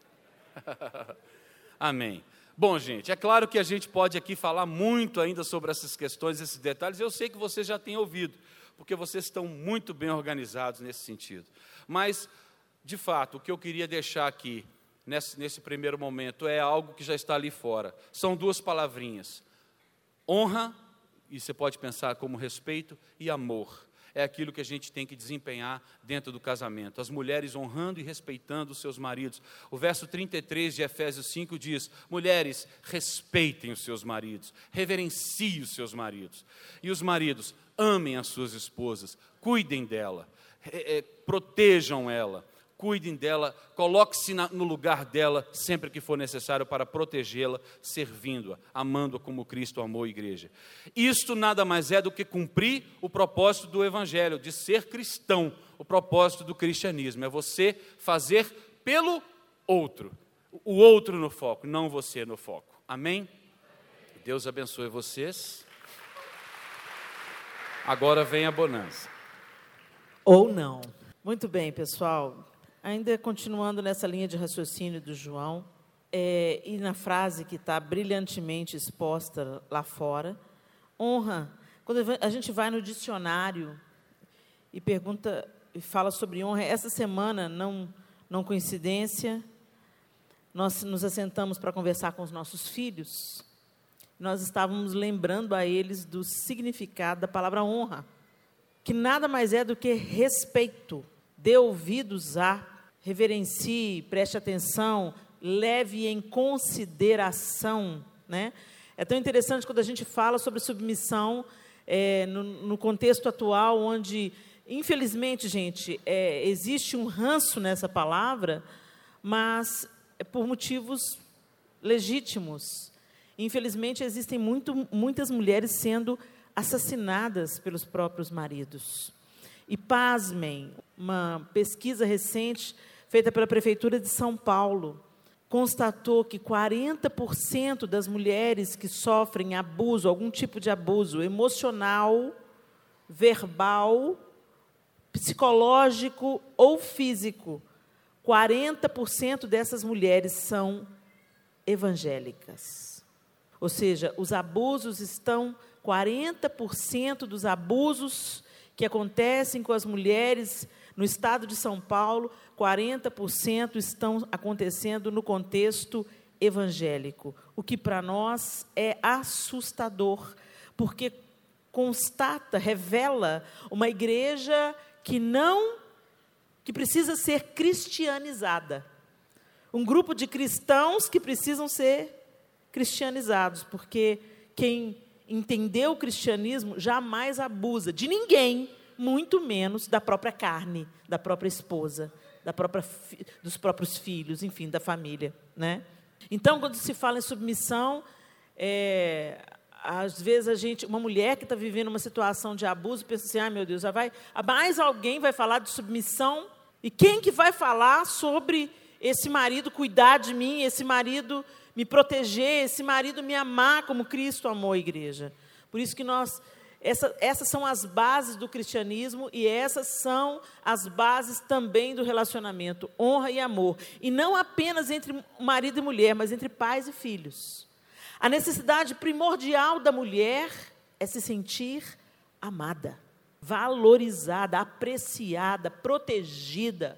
Amém. Bom, gente, é claro que a gente pode aqui falar muito ainda sobre essas questões, esses detalhes. Eu sei que vocês já têm ouvido, porque vocês estão muito bem organizados nesse sentido. Mas, de fato, o que eu queria deixar aqui, Nesse, nesse primeiro momento, é algo que já está ali fora. São duas palavrinhas. Honra, e você pode pensar como respeito, e amor. É aquilo que a gente tem que desempenhar dentro do casamento. As mulheres honrando e respeitando os seus maridos. O verso trinta e três de Efésios cinco diz: mulheres, respeitem os seus maridos, reverenciem os seus maridos. E os maridos, amem as suas esposas, cuidem dela, é, é, protejam ela. Cuidem dela, coloque-se no lugar dela sempre que for necessário para protegê-la, servindo-a, amando-a como Cristo amou a igreja. Isto nada mais é do que cumprir o propósito do Evangelho, de ser cristão. O propósito do cristianismo é você fazer pelo outro, o outro no foco, não você no foco. Amém? Deus abençoe vocês. Agora vem a bonança. Ou não. Muito bem, pessoal. Ainda continuando nessa linha de raciocínio do João, é, e na frase que está brilhantemente exposta lá fora, honra. Quando a gente vai no dicionário e pergunta, e fala sobre honra, essa semana, não, não coincidência, nós nos assentamos para conversar com os nossos filhos, nós estávamos lembrando a eles do significado da palavra honra, que nada mais é do que respeito. Dê ouvidos a, reverencie, preste atenção, leve em consideração, né? É tão interessante quando a gente fala sobre submissão é, no, no contexto atual, onde, infelizmente, gente, é, existe um ranço nessa palavra, mas é por motivos legítimos. Infelizmente, existem muito, muitas mulheres sendo assassinadas pelos próprios maridos. E, pasmem, uma pesquisa recente, feita pela Prefeitura de São Paulo, constatou que quarenta por cento das mulheres que sofrem abuso, algum tipo de abuso emocional, verbal, psicológico ou físico, quarenta por cento dessas mulheres são evangélicas. Ou seja, os abusos estão, quarenta por cento dos abusos que acontecem com as mulheres no estado de São Paulo, quarenta por cento estão acontecendo no contexto evangélico, o que para nós é assustador, porque constata, revela uma igreja que não, que precisa ser cristianizada. Um grupo de cristãos que precisam ser cristianizados, porque quem entendeu o cristianismo jamais abusa de ninguém, muito menos da própria carne, da própria esposa, da própria, dos próprios filhos, enfim, da família, né? Então, quando se fala em submissão, é, às vezes a gente, uma mulher que está vivendo uma situação de abuso, pensa assim, ah, meu Deus, já vai, mais alguém vai falar de submissão? E quem que vai falar sobre esse marido cuidar de mim, esse marido me proteger, esse marido me amar como Cristo amou a igreja? Por isso que nós, essa, essas são as bases do cristianismo e essas são as bases também do relacionamento, honra e amor. E não apenas entre marido e mulher, mas entre pais e filhos. A necessidade primordial da mulher é se sentir amada, valorizada, apreciada, protegida,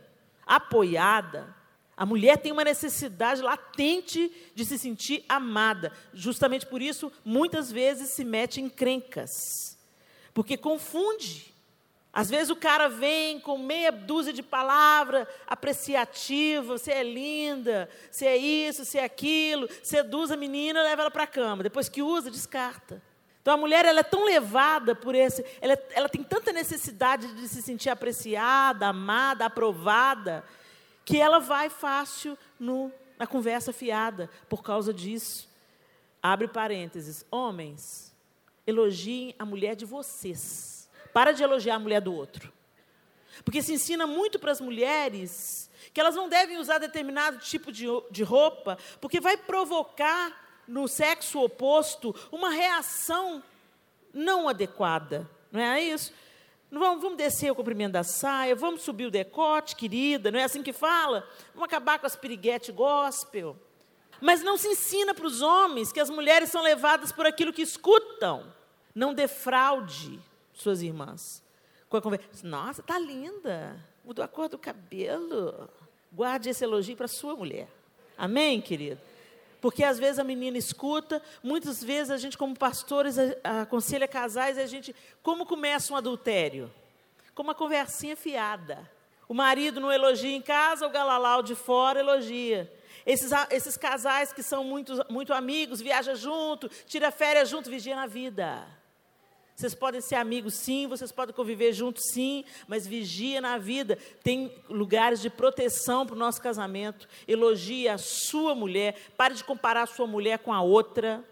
apoiada. A mulher tem uma necessidade latente de se sentir amada. Justamente por isso, muitas vezes se mete em encrencas, porque confunde. Às vezes o cara vem com meia dúzia de palavras apreciativas, você é linda, você é isso, você é aquilo, seduz a menina, leva ela para a cama. Depois que usa, descarta. Então a mulher ela é tão levada por esse, ela, ela tem tanta necessidade de se sentir apreciada, amada, aprovada, que ela vai fácil no, na conversa fiada por causa disso. Abre parênteses. Homens, elogiem a mulher de vocês. Para de elogiar a mulher do outro. Porque se ensina muito para as mulheres que elas não devem usar determinado tipo de, de roupa, porque vai provocar no sexo oposto uma reação não adequada. Não é isso? Vamos, vamos descer o comprimento da saia, vamos subir o decote, querida, não é assim que fala? Vamos acabar com as piriguete gospel. Mas não se ensina para os homens que as mulheres são levadas por aquilo que escutam. Não defraude suas irmãs. Com a conversa, nossa, está linda, mudou a cor do cabelo. Guarde esse elogio para a sua mulher. Amém, querido? Porque às vezes a menina escuta, muitas vezes a gente como pastores aconselha casais, a gente, como começa um adultério? Com uma conversinha fiada. O marido não elogia em casa, o galalau de fora elogia. Esses, esses casais que são muito, muito amigos, viajam junto, tira férias junto, vigia na vida. Vocês podem ser amigos, sim, vocês podem conviver juntos, sim, mas vigia na vida. Tem lugares de proteção para o nosso casamento. Elogie a sua mulher. Pare de comparar a sua mulher com a outra.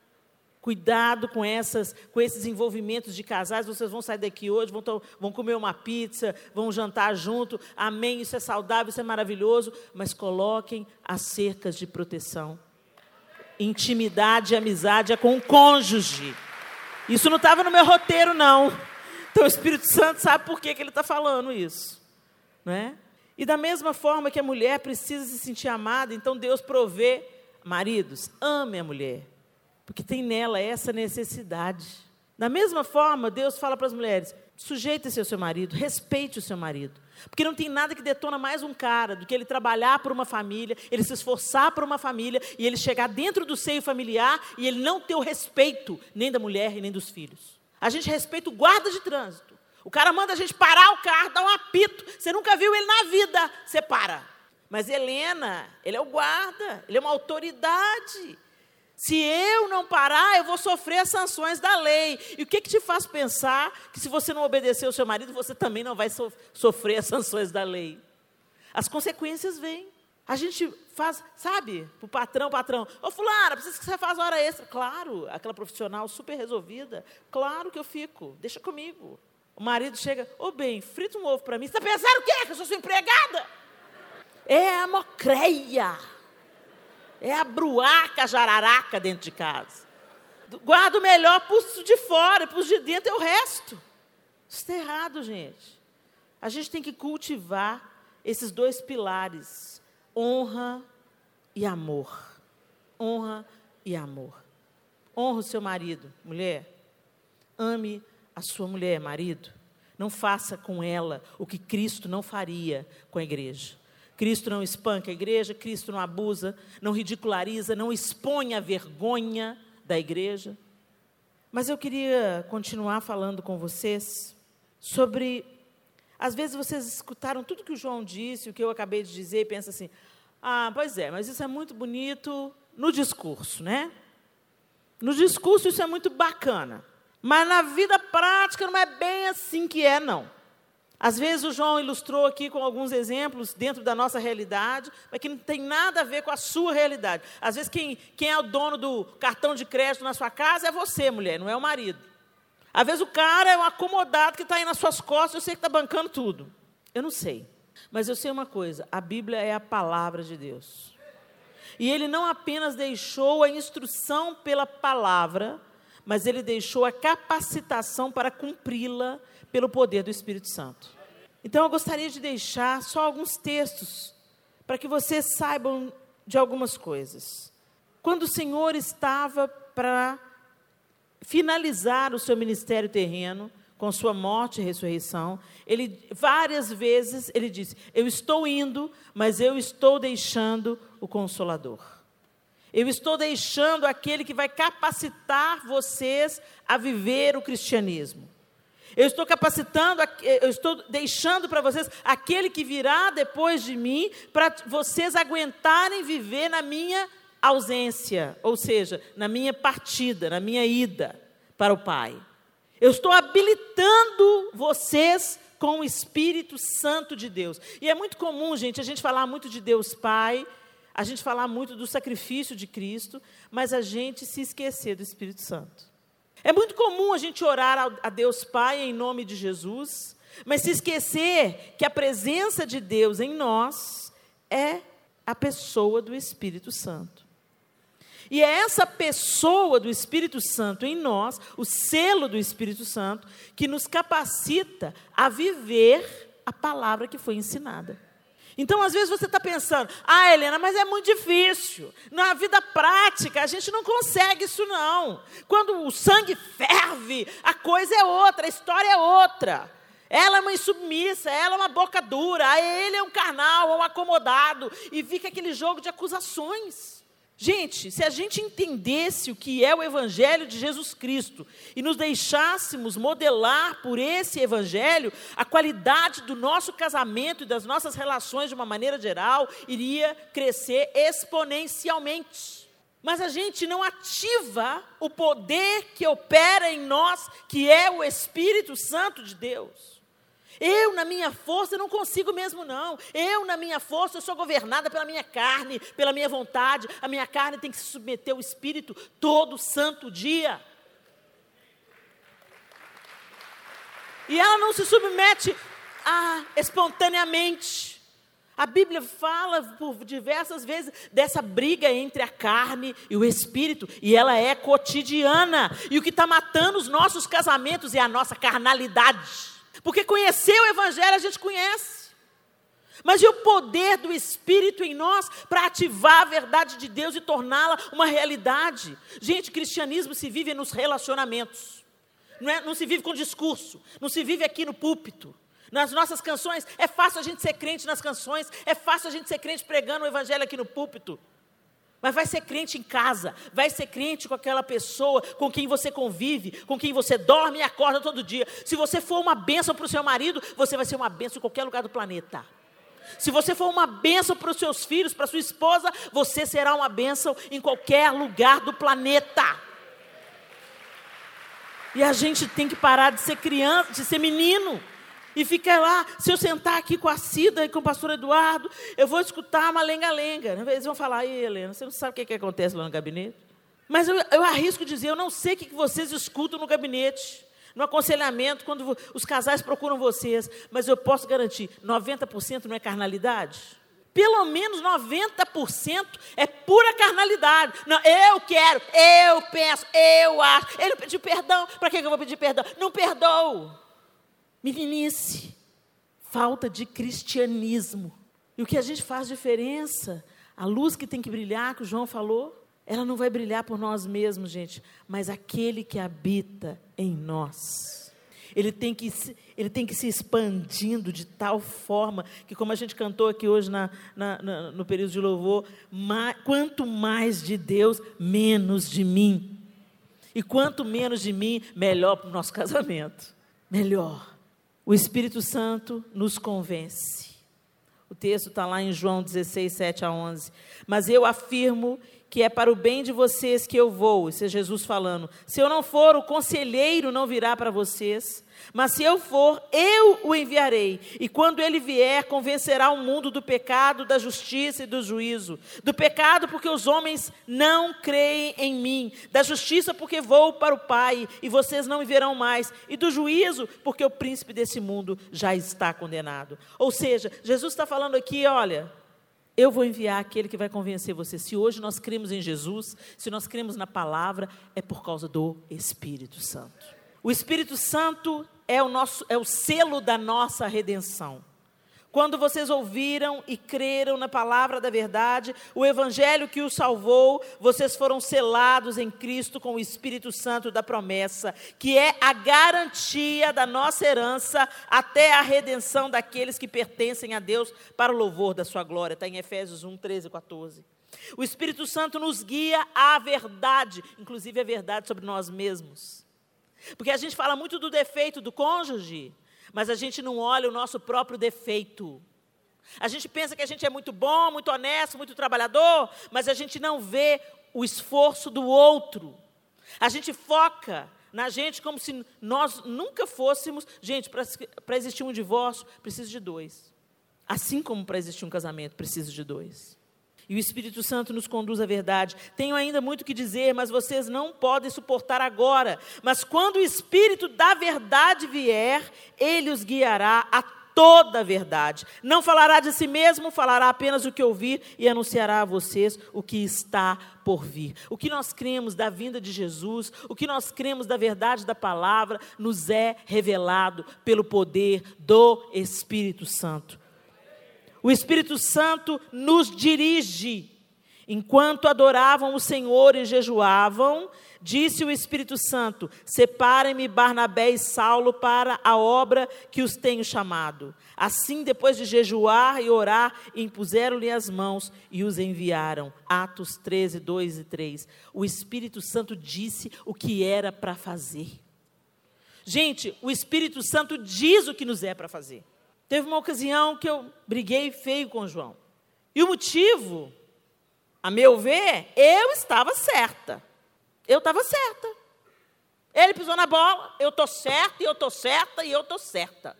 Cuidado com, essas, com esses envolvimentos de casais. Vocês vão sair daqui hoje, vão, to, vão comer uma pizza, vão jantar junto. Amém, isso é saudável, isso é maravilhoso. Mas coloquem as cercas de proteção. Intimidade e amizade é com o cônjuge. Isso não estava no meu roteiro, não. Então, o Espírito Santo sabe por que, que ele está falando isso. Não é? E da mesma forma que a mulher precisa se sentir amada, então Deus provê, maridos, ame a mulher, porque tem nela essa necessidade. Da mesma forma, Deus fala para as mulheres, sujeite-se ao seu marido, respeite o seu marido. Porque não tem nada que detona mais um cara do que ele trabalhar por uma família, ele se esforçar por uma família e ele chegar dentro do seio familiar e ele não ter o respeito nem da mulher e nem dos filhos. A gente respeita o guarda de trânsito. O cara manda a gente parar o carro, dar um apito. Você nunca viu ele na vida, você para. Mas Helena, ele é o guarda, ele é uma autoridade. Se eu não parar, eu vou sofrer as sanções da lei. E o que, que te faz pensar que se você não obedecer ao seu marido, você também não vai so- sofrer as sanções da lei? As consequências vêm. A gente faz, sabe, para o patrão, patrão, ô fulana, precisa que você faça hora extra. Claro, aquela profissional super resolvida, claro que eu fico, deixa comigo. O marido chega, ô bem, frita um ovo para mim. Você está pensando o quê? Que eu sou sua empregada? É a mocreia. É a bruaca, a jararaca dentro de casa. Guarda o melhor para os de fora, para os de dentro é o resto. Isso está errado, gente. A gente tem que cultivar esses dois pilares, honra e amor. Honra e amor. Honra o seu marido, mulher. Ame a sua mulher, marido. Não faça com ela o que Cristo não faria com a igreja. Cristo não espanca a igreja, Cristo não abusa, não ridiculariza, não expõe a vergonha da igreja. Mas eu queria continuar falando com vocês sobre, às vezes vocês escutaram tudo que o João disse, o que eu acabei de dizer, e pensam assim, ah, pois é, mas isso é muito bonito no discurso, né? No discurso isso é muito bacana, mas na vida prática não é bem assim que é, não. Às vezes o João ilustrou aqui com alguns exemplos dentro da nossa realidade, mas que não tem nada a ver com a sua realidade. Às vezes quem, quem é o dono do cartão de crédito na sua casa é você, mulher, não é o marido. Às vezes o cara é um acomodado que está aí nas suas costas, eu sei que está bancando tudo. Eu não sei, mas eu sei uma coisa, a Bíblia é a palavra de Deus. E ele não apenas deixou a instrução pela palavra, mas ele deixou a capacitação para cumpri-la pelo poder do Espírito Santo. Então, eu gostaria de deixar só alguns textos, para que vocês saibam de algumas coisas. Quando o Senhor estava para finalizar o seu ministério terreno, com sua morte e ressurreição, ele, várias vezes, ele disse, eu estou indo, mas eu estou deixando o Consolador. Eu estou deixando aquele que vai capacitar vocês a viver o cristianismo. Eu estou capacitando, eu estou deixando para vocês aquele que virá depois de mim, para vocês aguentarem viver na minha ausência, ou seja, na minha partida, na minha ida para o Pai. Eu estou habilitando vocês com o Espírito Santo de Deus. E é muito comum, gente, a gente falar muito de Deus Pai, a gente falar muito do sacrifício de Cristo, mas a gente se esquecer do Espírito Santo. É muito comum a gente orar a Deus Pai em nome de Jesus, mas se esquecer que a presença de Deus em nós é a pessoa do Espírito Santo. E é essa pessoa do Espírito Santo em nós, o selo do Espírito Santo, que nos capacita a viver a palavra que foi ensinada. Então, às vezes você está pensando, ah, Helena, mas é muito difícil. Na vida prática, a gente não consegue isso, não. Quando o sangue ferve, a coisa é outra, a história é outra. Ela é uma insubmissa, ela é uma boca dura, ele é um carnal, um acomodado, e fica aquele jogo de acusações. Gente, se a gente entendesse o que é o Evangelho de Jesus Cristo e nos deixássemos modelar por esse Evangelho, a qualidade do nosso casamento e das nossas relações de uma maneira geral iria crescer exponencialmente. Mas a gente não ativa o poder que opera em nós, que é o Espírito Santo de Deus. Eu, na minha força, não consigo mesmo, não. Eu, na minha força, eu sou governada pela minha carne, pela minha vontade. A minha carne tem que se submeter ao Espírito todo santo dia. E ela não se submete a, espontaneamente. A Bíblia fala por diversas vezes dessa briga entre a carne e o Espírito, e ela é cotidiana. E o que está matando os nossos casamentos é a nossa carnalidade. Porque conhecer o Evangelho a gente conhece. Mas e o poder do Espírito em nós para ativar a verdade de Deus e torná-la uma realidade? Gente, cristianismo se vive nos relacionamentos. Não, é, não se vive com discurso. Não se vive aqui no púlpito. Nas nossas canções, é fácil a gente ser crente nas canções. É fácil a gente ser crente pregando o Evangelho aqui no púlpito. Mas vai ser crente em casa, vai ser crente com aquela pessoa com quem você convive, com quem você dorme e acorda todo dia. Se você for uma bênção para o seu marido, você vai ser uma bênção em qualquer lugar do planeta. Se você for uma bênção para os seus filhos, para a sua esposa, você será uma bênção em qualquer lugar do planeta. E a gente tem que parar de ser criança, de ser menino. E fica lá, se eu sentar aqui com a Cida e com o pastor Eduardo, eu vou escutar uma lenga-lenga. Eles vão falar, ei, Helena, você não sabe o que, que acontece lá no gabinete? Mas eu, eu arrisco dizer, eu não sei o que, que vocês escutam no gabinete, no aconselhamento, quando os casais procuram vocês, mas eu posso garantir, noventa por cento não é carnalidade? Pelo menos noventa por cento é pura carnalidade. Não, eu quero, eu penso, eu acho. Ele pediu perdão, para que eu vou pedir perdão? Não perdoo. Meninice, falta de cristianismo. E o que a gente faz diferença, a luz que tem que brilhar, que o João falou, ela não vai brilhar por nós mesmos, gente, mas aquele que habita em nós. ele tem que, ele tem que se expandindo de tal forma que, como a gente cantou aqui hoje na, na, na, no período de louvor, mais, quanto mais de Deus, menos de mim. E quanto menos de mim, melhor para o nosso casamento. Melhor. O Espírito Santo nos convence. O texto está lá em João dezesseis, sete a onze. Mas eu afirmo que é para o bem de vocês que eu vou. Isso é Jesus falando. Se eu não for, o conselheiro não virá para vocês. Mas se eu for, eu o enviarei. E quando ele vier, convencerá o mundo do pecado, da justiça e do juízo. Do pecado, porque os homens não creem em mim. Da justiça, porque vou para o Pai e vocês não me verão mais. E do juízo, porque o príncipe desse mundo já está condenado. Ou seja, Jesus está falando aqui, olha, eu vou enviar aquele que vai convencer você. Se hoje nós cremos em Jesus, se nós cremos na palavra, é por causa do Espírito Santo. O Espírito Santo é o, nosso, é o selo da nossa redenção. Quando vocês ouviram e creram na palavra da verdade, o evangelho que os salvou, vocês foram selados em Cristo com o Espírito Santo da promessa, que é a garantia da nossa herança até a redenção daqueles que pertencem a Deus para o louvor da sua glória. Está em Efésios um, treze e quatorze. O Espírito Santo nos guia à verdade, inclusive a verdade sobre nós mesmos. Porque a gente fala muito do defeito do cônjuge, mas a gente não olha o nosso próprio defeito. A gente pensa que a gente é muito bom, muito honesto, muito trabalhador, mas a gente não vê o esforço do outro. A gente foca na gente como se nós nunca fôssemos... Gente, para existir um divórcio, precisa de dois. Assim como para existir um casamento, precisa de dois. E o Espírito Santo nos conduz à verdade. Tenho ainda muito o que dizer, mas vocês não podem suportar agora. Mas quando o Espírito da verdade vier, ele os guiará a toda a verdade. Não falará de si mesmo, falará apenas o que ouvir e anunciará a vocês o que está por vir. O que nós cremos da vinda de Jesus, o que nós cremos da verdade da palavra, nos é revelado pelo poder do Espírito Santo. O Espírito Santo nos dirige. Enquanto adoravam o Senhor e jejuavam, disse o Espírito Santo: separem-me Barnabé e Saulo para a obra que os tenho chamado. Assim, depois de jejuar e orar, impuseram-lhe as mãos e os enviaram. Atos treze, dois e três. O Espírito Santo disse o que era para fazer. Gente, o Espírito Santo diz o que nos é para fazer. Teve uma ocasião que eu briguei feio com o João. E o motivo, a meu ver, eu estava certa. Eu estava certa. Ele pisou na bola, eu estou certa, e eu estou certa, e eu estou certa.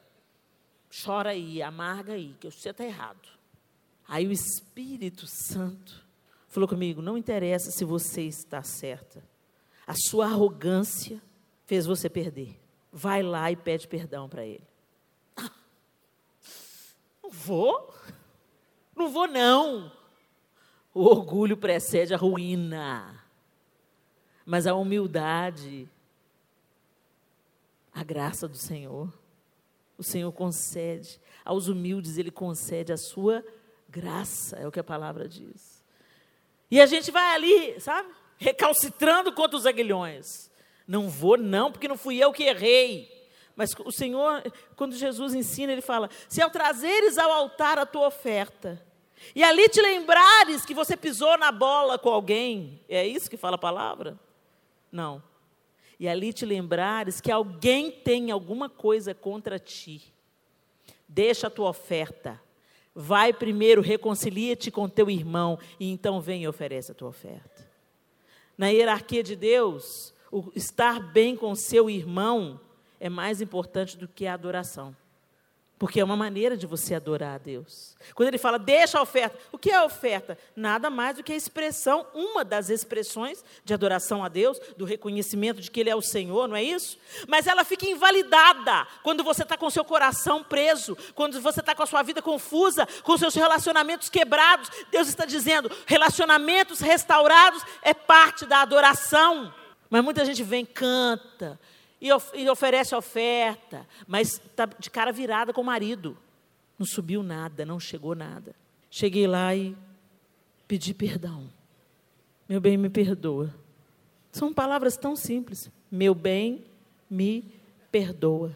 Chora aí, amarga aí, que você está errado. Aí o Espírito Santo falou comigo: não interessa se você está certa. A sua arrogância fez você perder. Vai lá e pede perdão para ele. Não vou? Não vou, não. O orgulho precede a ruína. Mas a humildade, a graça do Senhor, o Senhor concede. Aos humildes, Ele concede a sua graça, é o que a palavra diz. E a gente vai ali, sabe, recalcitrando contra os aguilhões. Não vou, não, porque não fui eu que errei. Mas o Senhor, quando Jesus ensina, Ele fala: se ao trazeres ao altar a tua oferta, e ali te lembrares que você pisou na bola com alguém, é isso que fala a palavra? Não. E ali te lembrares que alguém tem alguma coisa contra ti, deixa a tua oferta, vai primeiro, reconcilia-te com teu irmão, e então vem e oferece a tua oferta. Na hierarquia de Deus, o estar bem com seu irmão é mais importante do que a adoração. Porque é uma maneira de você adorar a Deus. Quando ele fala, deixa a oferta. O que é a oferta? Nada mais do que a expressão, uma das expressões de adoração a Deus, do reconhecimento de que Ele é o Senhor, não é isso? Mas ela fica invalidada quando você está com o seu coração preso, quando você está com a sua vida confusa, com os seus relacionamentos quebrados. Deus está dizendo, relacionamentos restaurados é parte da adoração. Mas muita gente vem, canta, E, of, e oferece oferta, mas está de cara virada com o marido. Não subiu nada, não chegou nada. Cheguei lá e pedi perdão. Meu bem, me perdoa. São palavras tão simples. Meu bem, me perdoa.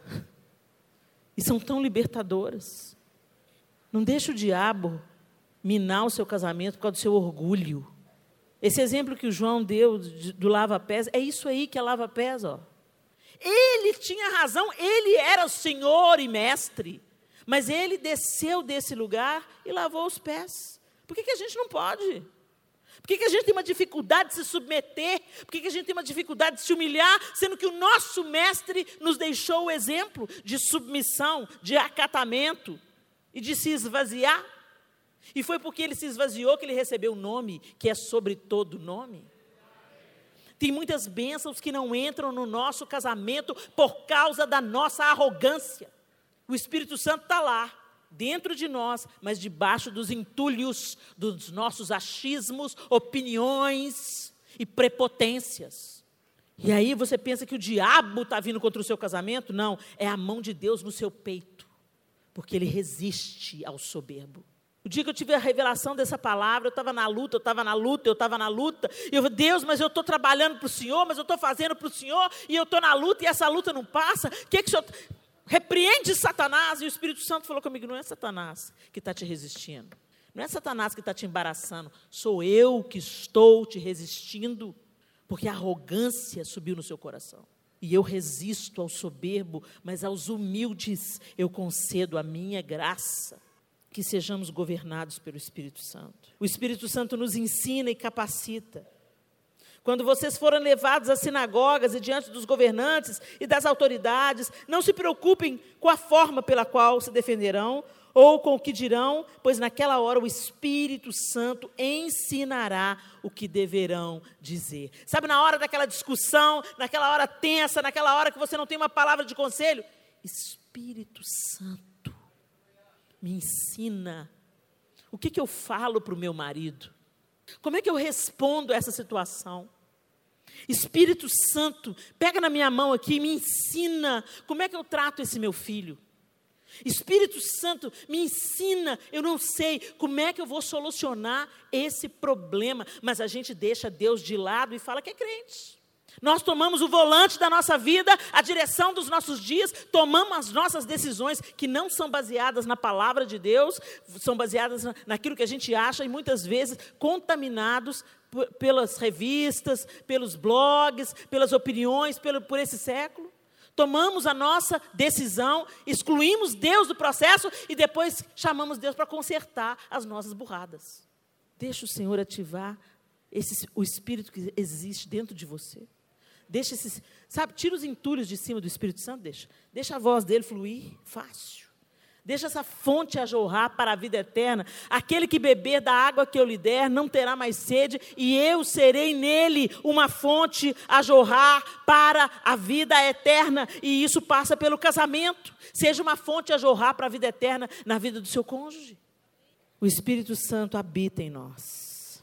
E são tão libertadoras. Não deixa o diabo minar o seu casamento por causa do seu orgulho. Esse exemplo que o João deu do lava-pés, é isso aí que é lava-pés, ó. Ele tinha razão, ele era o Senhor e mestre, mas ele desceu desse lugar e lavou os pés. Por que que a gente não pode? Por que que a gente tem uma dificuldade de se submeter? Por que que a gente tem uma dificuldade de se humilhar, sendo que o nosso mestre nos deixou o exemplo de submissão, de acatamento e de se esvaziar? E foi porque ele se esvaziou que ele recebeu o nome, que é sobre todo nome. Tem muitas bênçãos que não entram no nosso casamento por causa da nossa arrogância. O Espírito Santo está lá, dentro de nós, mas debaixo dos entulhos dos nossos achismos, opiniões e prepotências. E aí você pensa que o diabo está vindo contra o seu casamento? Não, é a mão de Deus no seu peito, porque ele resiste ao soberbo. O dia que eu tive a revelação dessa palavra, eu estava na luta, eu estava na luta, eu estava na luta, e eu falei, Deus, mas eu estou trabalhando para o Senhor, mas eu estou fazendo para o Senhor, e eu estou na luta, e essa luta não passa, o que que o Senhor... Repreende Satanás, e o Espírito Santo falou comigo, não é Satanás que está te resistindo, não é Satanás que está te embaraçando, sou eu que estou te resistindo, porque a arrogância subiu no seu coração, e eu resisto ao soberbo, mas aos humildes eu concedo a minha graça, que sejamos governados pelo Espírito Santo. O Espírito Santo nos ensina e capacita. Quando vocês forem levados às sinagogas e diante dos governantes e das autoridades, não se preocupem com a forma pela qual se defenderão ou com o que dirão, pois naquela hora o Espírito Santo ensinará o que deverão dizer. Sabe, na hora daquela discussão, naquela hora tensa, naquela hora que você não tem uma palavra de conselho, Espírito Santo me ensina o que que eu falo para o meu marido, como é que eu respondo a essa situação. Espírito Santo, pega na minha mão aqui e me ensina como é que eu trato esse meu filho. Espírito Santo, me ensina, eu não sei como é que eu vou solucionar esse problema, mas a gente deixa Deus de lado e fala que é crente. Nós tomamos o volante da nossa vida, a direção dos nossos dias, tomamos as nossas decisões que não são baseadas na palavra de Deus, são baseadas naquilo que a gente acha e muitas vezes contaminados por, pelas revistas, pelos blogs, pelas opiniões, pelo, por esse século. Tomamos a nossa decisão, excluímos Deus do processo e depois chamamos Deus para consertar as nossas burradas. Deixa o Senhor ativar esse, o Espírito que existe dentro de você. Deixa esses, sabe, tira os entulhos de cima do Espírito Santo, deixa. Deixa a voz dele fluir, fácil. Deixa essa fonte a jorrar para a vida eterna. Aquele que beber da água que eu lhe der, não terá mais sede, e eu serei nele uma fonte a jorrar para a vida eterna. E isso passa pelo casamento. Seja uma fonte a jorrar para a vida eterna na vida do seu cônjuge. O Espírito Santo habita em nós.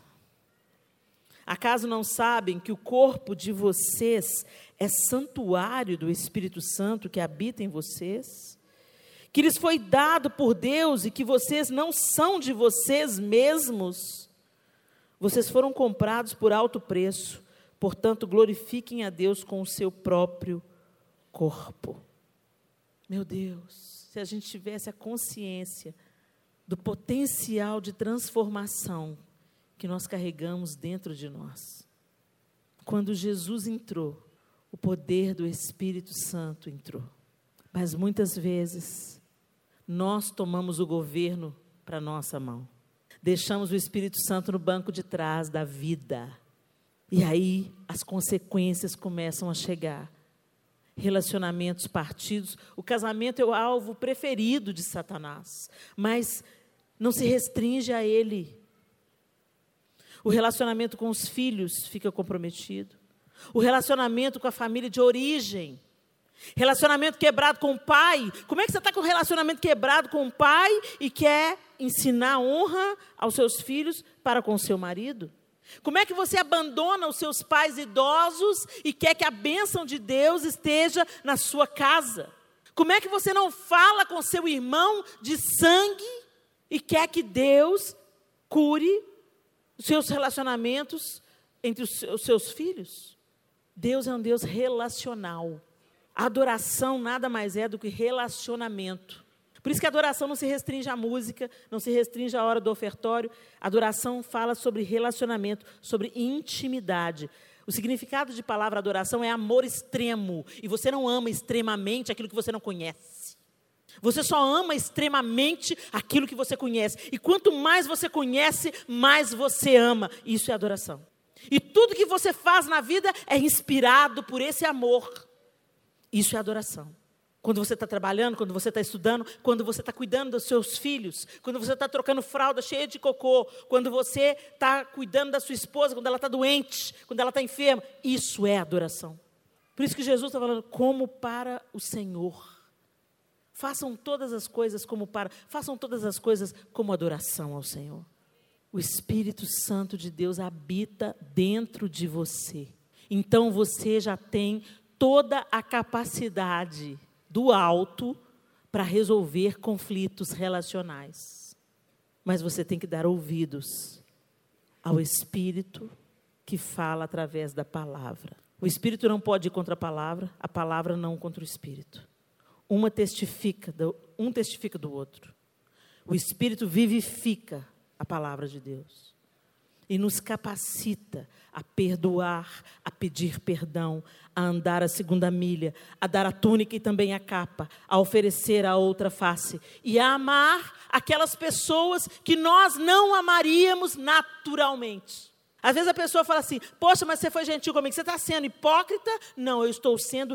Acaso não sabem que o corpo de vocês é santuário do Espírito Santo que habita em vocês? Que lhes foi dado por Deus e que vocês não são de vocês mesmos? Vocês foram comprados por alto preço, portanto, glorifiquem a Deus com o seu próprio corpo. Meu Deus, se a gente tivesse a consciência do potencial de transformação que nós carregamos dentro de nós. Quando Jesus entrou, o poder do Espírito Santo entrou. Mas muitas vezes, nós tomamos o governo para a nossa mão. Deixamos o Espírito Santo no banco de trás da vida. E aí, as consequências começam a chegar. Relacionamentos partidos. O casamento é o alvo preferido de Satanás. Mas não se restringe a ele. O relacionamento com os filhos fica comprometido. O relacionamento com a família de origem. Relacionamento quebrado com o pai. Como é que você está com o relacionamento quebrado com o pai e quer ensinar honra aos seus filhos para com o seu marido? Como é que você abandona os seus pais idosos e quer que a bênção de Deus esteja na sua casa? Como é que você não fala com seu irmão de sangue e quer que Deus cure os seus relacionamentos entre os seus filhos? Deus é um Deus relacional. A adoração nada mais é do que relacionamento. Por isso que a adoração não se restringe à música, não se restringe à hora do ofertório. A adoração fala sobre relacionamento, sobre intimidade. O significado de palavra adoração é amor extremo. E você não ama extremamente aquilo que você não conhece. Você só ama extremamente aquilo que você conhece. E quanto mais você conhece, mais você ama. Isso é adoração. E tudo que você faz na vida é inspirado por esse amor. Isso é adoração. Quando você está trabalhando, quando você está estudando, quando você está cuidando dos seus filhos, quando você está trocando fralda cheia de cocô, quando você está cuidando da sua esposa, quando ela está doente, quando ela está enferma, isso é adoração. Por isso que Jesus está falando, como para o Senhor. Façam todas as coisas como para, façam todas as coisas como adoração ao Senhor. O Espírito Santo de Deus habita dentro de você. Então você já tem toda a capacidade do alto para resolver conflitos relacionais. Mas você tem que dar ouvidos ao Espírito que fala através da palavra. O Espírito não pode ir contra a palavra, a palavra não contra o Espírito. Uma testifica, do, um testifica do outro. O Espírito vivifica a palavra de Deus. E nos capacita a perdoar, a pedir perdão, a andar a segunda milha, a dar a túnica e também a capa, a oferecer a outra face e a amar aquelas pessoas que nós não amaríamos naturalmente. Às vezes a pessoa fala assim, poxa, mas você foi gentil comigo, você está sendo hipócrita? Não, eu estou sendo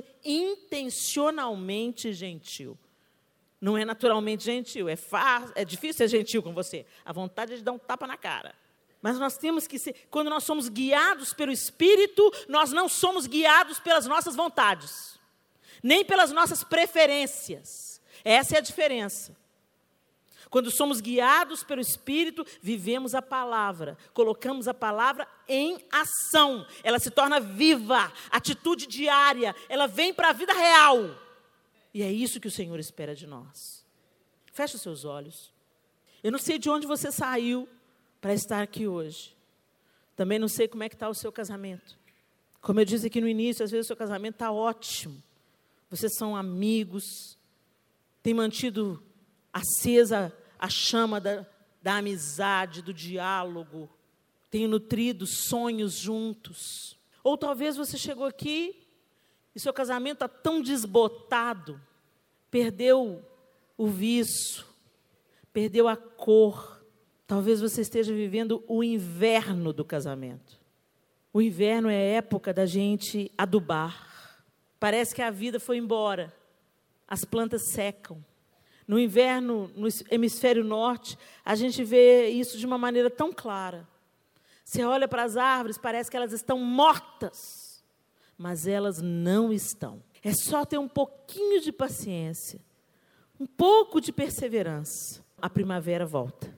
intencionalmente gentil. Não é naturalmente gentil, é, fácil, é difícil ser gentil com você. A vontade é de dar um tapa na cara. Mas nós temos que ser, quando nós somos guiados pelo Espírito, nós não somos guiados pelas nossas vontades, nem pelas nossas preferências. Essa é a diferença. Quando somos guiados pelo Espírito, vivemos a palavra, colocamos a palavra em ação. Ela se torna viva, atitude diária, ela vem para a vida real. E é isso que o Senhor espera de nós. Feche os seus olhos. Eu não sei de onde você saiu para estar aqui hoje. Também não sei como é que está o seu casamento. Como eu disse aqui no início, às vezes o seu casamento está ótimo. Vocês são amigos, têm mantido acesa a chama da, da amizade, do diálogo, têm nutrido sonhos juntos. Ou talvez você chegou aqui e seu casamento está tão desbotado, perdeu o viço, perdeu a cor. Talvez você esteja vivendo o inverno do casamento. O inverno é a época da gente adubar. Parece que a vida foi embora. As plantas secam. No inverno, no hemisfério norte, a gente vê isso de uma maneira tão clara. Você olha para as árvores, parece que elas estão mortas. Mas elas não estão. É só ter um pouquinho de paciência. Um pouco de perseverança. A primavera volta.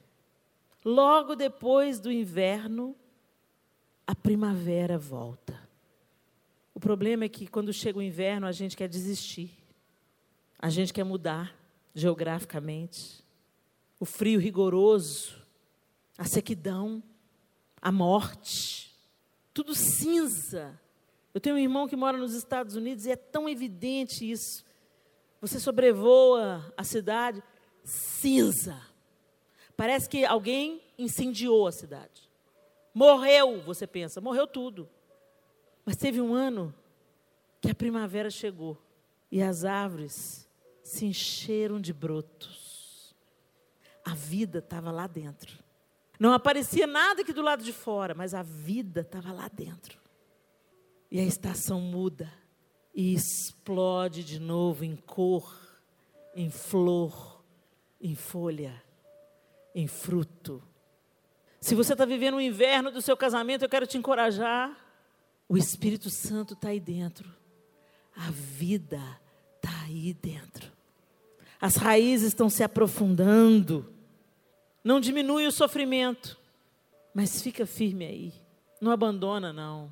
Logo depois do inverno, a primavera volta. O problema é que quando chega o inverno, a gente quer desistir. A gente quer mudar geograficamente. O frio rigoroso, a sequidão, a morte, tudo cinza. Eu tenho um irmão que mora nos Estados Unidos e é tão evidente isso. Você sobrevoa a cidade, cinza. Parece que alguém incendiou a cidade. Morreu, você pensa, morreu tudo. Mas teve um ano que a primavera chegou e as árvores se encheram de brotos. A vida estava lá dentro. Não aparecia nada aqui do lado de fora, mas a vida estava lá dentro. E a estação muda e explode de novo em cor, em flor, em folha, em fruto. Se você está vivendo o inverno do seu casamento, eu quero te encorajar. O Espírito Santo está aí dentro. A vida está aí dentro. As raízes estão se aprofundando. Não diminui o sofrimento, mas fica firme aí. Não abandona, não.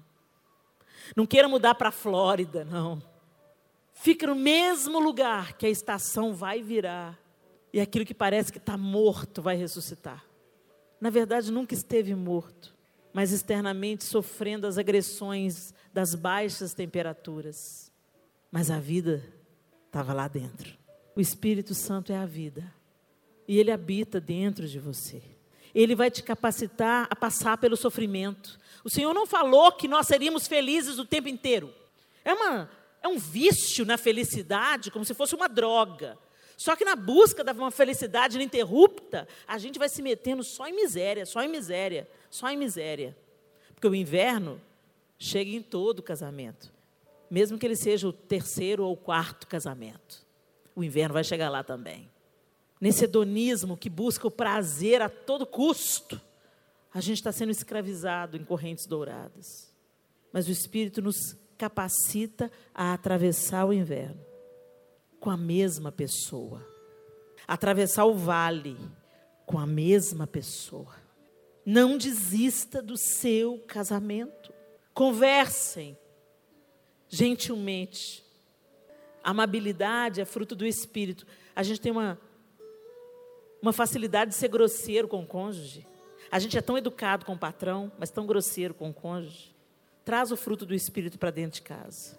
Não queira mudar para a Flórida, não. Fica no mesmo lugar que a estação vai virar. E aquilo que parece que está morto vai ressuscitar. Na verdade, nunca esteve morto, mas externamente sofrendo as agressões das baixas temperaturas. mas a vida estava lá dentro. O Espírito Santo é a vida. E Ele habita dentro de você. Ele vai te capacitar a passar pelo sofrimento. O Senhor não falou que nós seríamos felizes o tempo inteiro. É, uma, é um vício na felicidade, como se fosse uma droga. Só que na busca de uma felicidade ininterrupta, a gente vai se metendo só em miséria, só em miséria, só em miséria. Porque o inverno chega em todo casamento. Mesmo que ele seja o terceiro ou o quarto casamento. O inverno vai chegar lá também. Nesse hedonismo que busca o prazer a todo custo, a gente está sendo escravizado em correntes douradas. Mas o Espírito nos capacita a atravessar o inverno com a mesma pessoa. Atravessar o vale com a mesma pessoa. Não desista do seu casamento. Conversem gentilmente. A amabilidade é fruto do Espírito. A gente tem uma, uma facilidade de ser grosseiro com o cônjuge. A gente é tão educado com o patrão, mas tão grosseiro com o cônjuge. Traz o fruto do Espírito para dentro de casa.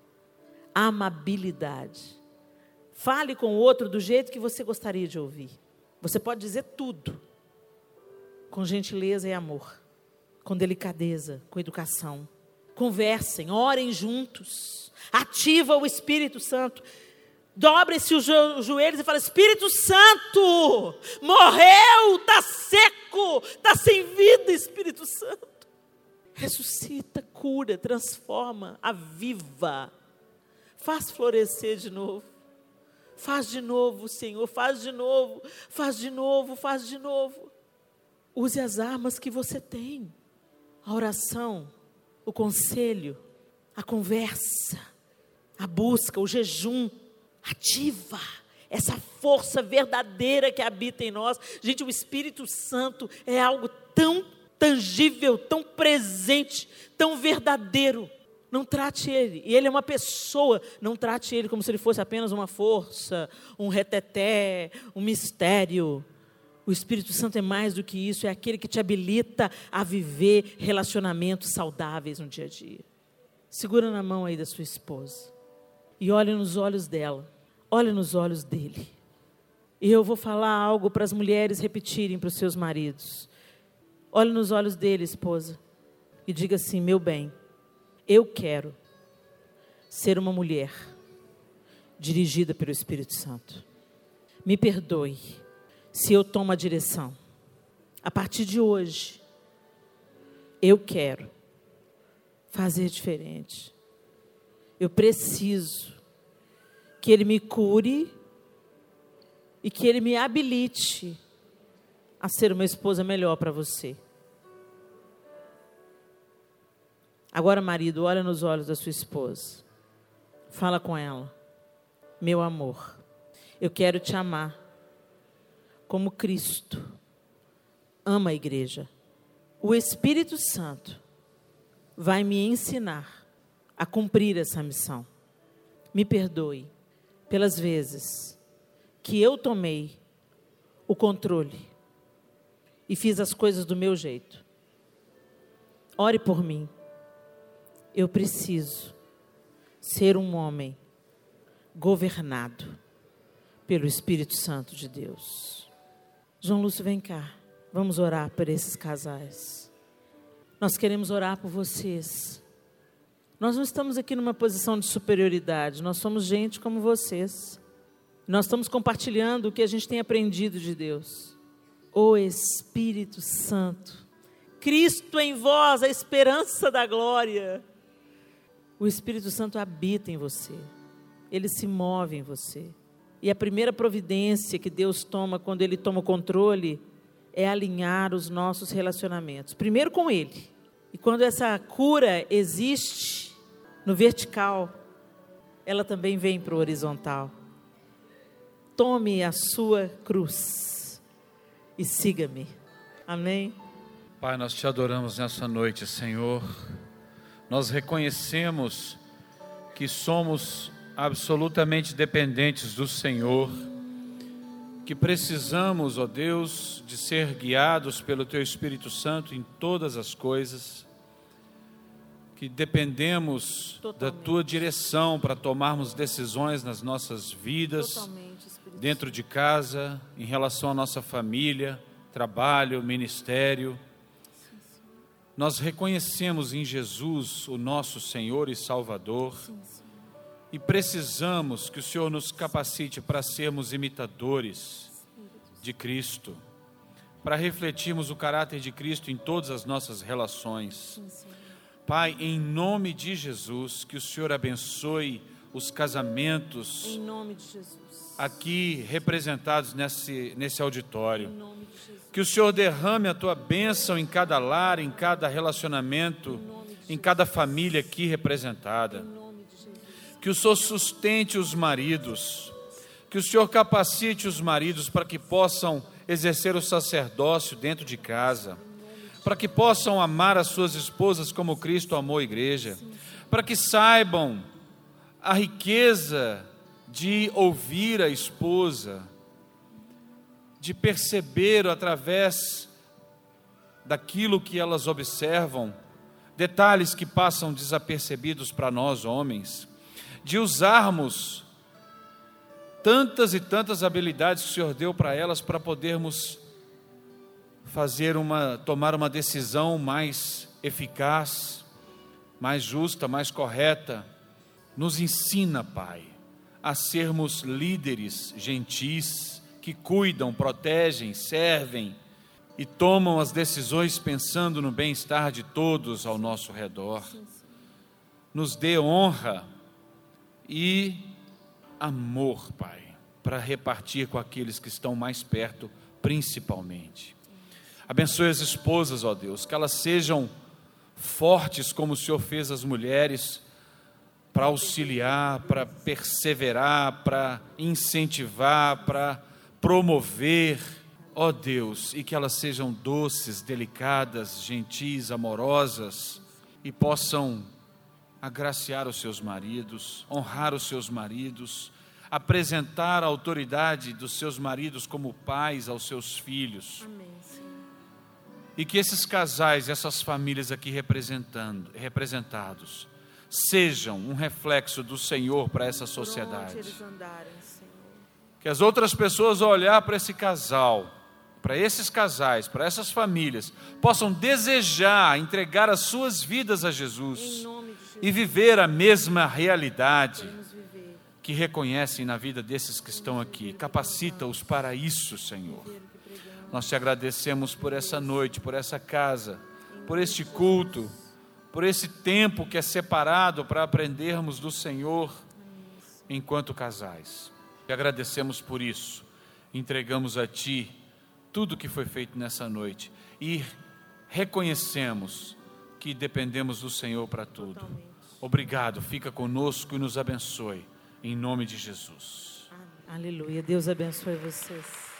Amabilidade. Fale com o outro do jeito que você gostaria de ouvir. Você pode dizer tudo. Com gentileza e amor. Com delicadeza, com educação. Conversem, orem juntos. Ativa o Espírito Santo. Dobre-se os jo- joelhos e fala: Espírito Santo, morreu, está seco, está sem vida, Espírito Santo. Ressuscita, cura, transforma, aviva. Faz florescer de novo. Faz de novo, Senhor, faz de novo, faz de novo, faz de novo. Use as armas que você tem. A oração, o conselho, a conversa, a busca, o jejum. Ativa essa força verdadeira que habita em nós. Gente, o Espírito Santo é algo tão tangível, tão presente, tão verdadeiro. Não trate ele, e ele é uma pessoa, não trate ele como se ele fosse apenas uma força, um reteté, um mistério. O Espírito Santo é mais do que isso, é aquele que te habilita a viver relacionamentos saudáveis no dia a dia. Segura na mão aí da sua esposa e olhe nos olhos dela. Olhe nos olhos dele. E eu vou falar algo para as mulheres repetirem para os seus maridos. Olhe nos olhos dele, esposa, e diga assim: meu bem, eu quero ser uma mulher dirigida pelo Espírito Santo. Me perdoe se eu tomo a direção. A partir de hoje, eu quero fazer diferente. Eu preciso que Ele me cure e que Ele me habilite a ser uma esposa melhor para você. Agora, marido, olha nos olhos da sua esposa. Fala com ela: meu amor, eu quero te amar como Cristo ama a igreja. O Espírito Santo vai me ensinar a cumprir essa missão. Me perdoe pelas vezes que eu tomei o controle e fiz as coisas do meu jeito. Ore por mim. Eu preciso ser um homem governado pelo Espírito Santo de Deus. João Lúcio, vem cá. Vamos orar por esses casais. Nós queremos orar por vocês. Nós não estamos aqui numa posição de superioridade. Nós somos gente como vocês. Nós estamos compartilhando o que a gente tem aprendido de Deus. O Espírito Santo, Cristo em vós, a esperança da glória. O Espírito Santo habita em você. Ele se move em você. E a primeira providência que Deus toma quando Ele toma o controle é alinhar os nossos relacionamentos. Primeiro com Ele. E quando essa cura existe no vertical, ela também vem para o horizontal. Tome a sua cruz e siga-me. Amém? Pai, nós te adoramos nessa noite, Senhor. Nós reconhecemos que somos absolutamente dependentes do Senhor, que precisamos, ó Deus, de ser guiados pelo Teu Espírito Santo em todas as coisas, que que dependemos Totalmente. da Tua direção para tomarmos decisões nas nossas vidas, Totalmente, Espírito dentro de casa, em relação à nossa família, trabalho, ministério. Nós reconhecemos em Jesus o nosso Senhor e Salvador e precisamos que o Senhor nos capacite para sermos imitadores de Cristo, para refletirmos o caráter de Cristo em todas as nossas relações. Pai, em nome de Jesus, que o Senhor abençoe os casamentos Em nome de Jesus. aqui representados nesse, nesse auditório. Em nome de Jesus. Que o Senhor derrame a Tua bênção em cada lar, em cada relacionamento, em cada família aqui representada. Em nome de Jesus. Que o Senhor sustente os maridos, que o Senhor capacite os maridos para que possam exercer o sacerdócio dentro de casa, para que possam amar as suas esposas como Cristo amou a igreja, para que saibam a riqueza de ouvir a esposa, de perceber através daquilo que elas observam, detalhes que passam desapercebidos para nós homens, de usarmos tantas e tantas habilidades que o Senhor deu para elas para podermos fazer uma, tomar uma decisão mais eficaz, mais justa, mais correta. Nos ensina, Pai, a sermos líderes gentis, que cuidam, protegem, servem e tomam as decisões pensando no bem-estar de todos ao nosso redor. Nos dê honra e amor, Pai, para repartir com aqueles que estão mais perto, principalmente. Abençoe as esposas, ó Deus, que elas sejam fortes como o Senhor fez as mulheres, para auxiliar, para perseverar, para incentivar, para promover, ó Deus, e que elas sejam doces, delicadas, gentis, amorosas, e possam agraciar os seus maridos, honrar os seus maridos, apresentar a autoridade dos seus maridos como pais aos seus filhos. Amém, Senhor. E que esses casais, essas famílias aqui representando, representados, sejam um reflexo do Senhor para essa Por onde sociedade. eles andarem, Senhor. Que as outras pessoas, ao olhar para esse casal, para esses casais, para essas famílias, possam desejar entregar as suas vidas a Em Jesus nome de Jesus. e viver a mesma realidade Queremos viver. que reconhecem na vida desses que estão aqui. Capacita-os para isso, Senhor. Viver o que pregamos. Nós te agradecemos por essa noite, por essa casa, por este culto, por esse tempo que é separado para aprendermos do Senhor enquanto casais. Te agradecemos por isso. Entregamos a Ti tudo que foi feito nessa noite e reconhecemos que dependemos do Senhor para tudo. Totalmente. Obrigado, fica conosco e nos abençoe, em nome de Jesus. Aleluia. Deus abençoe vocês.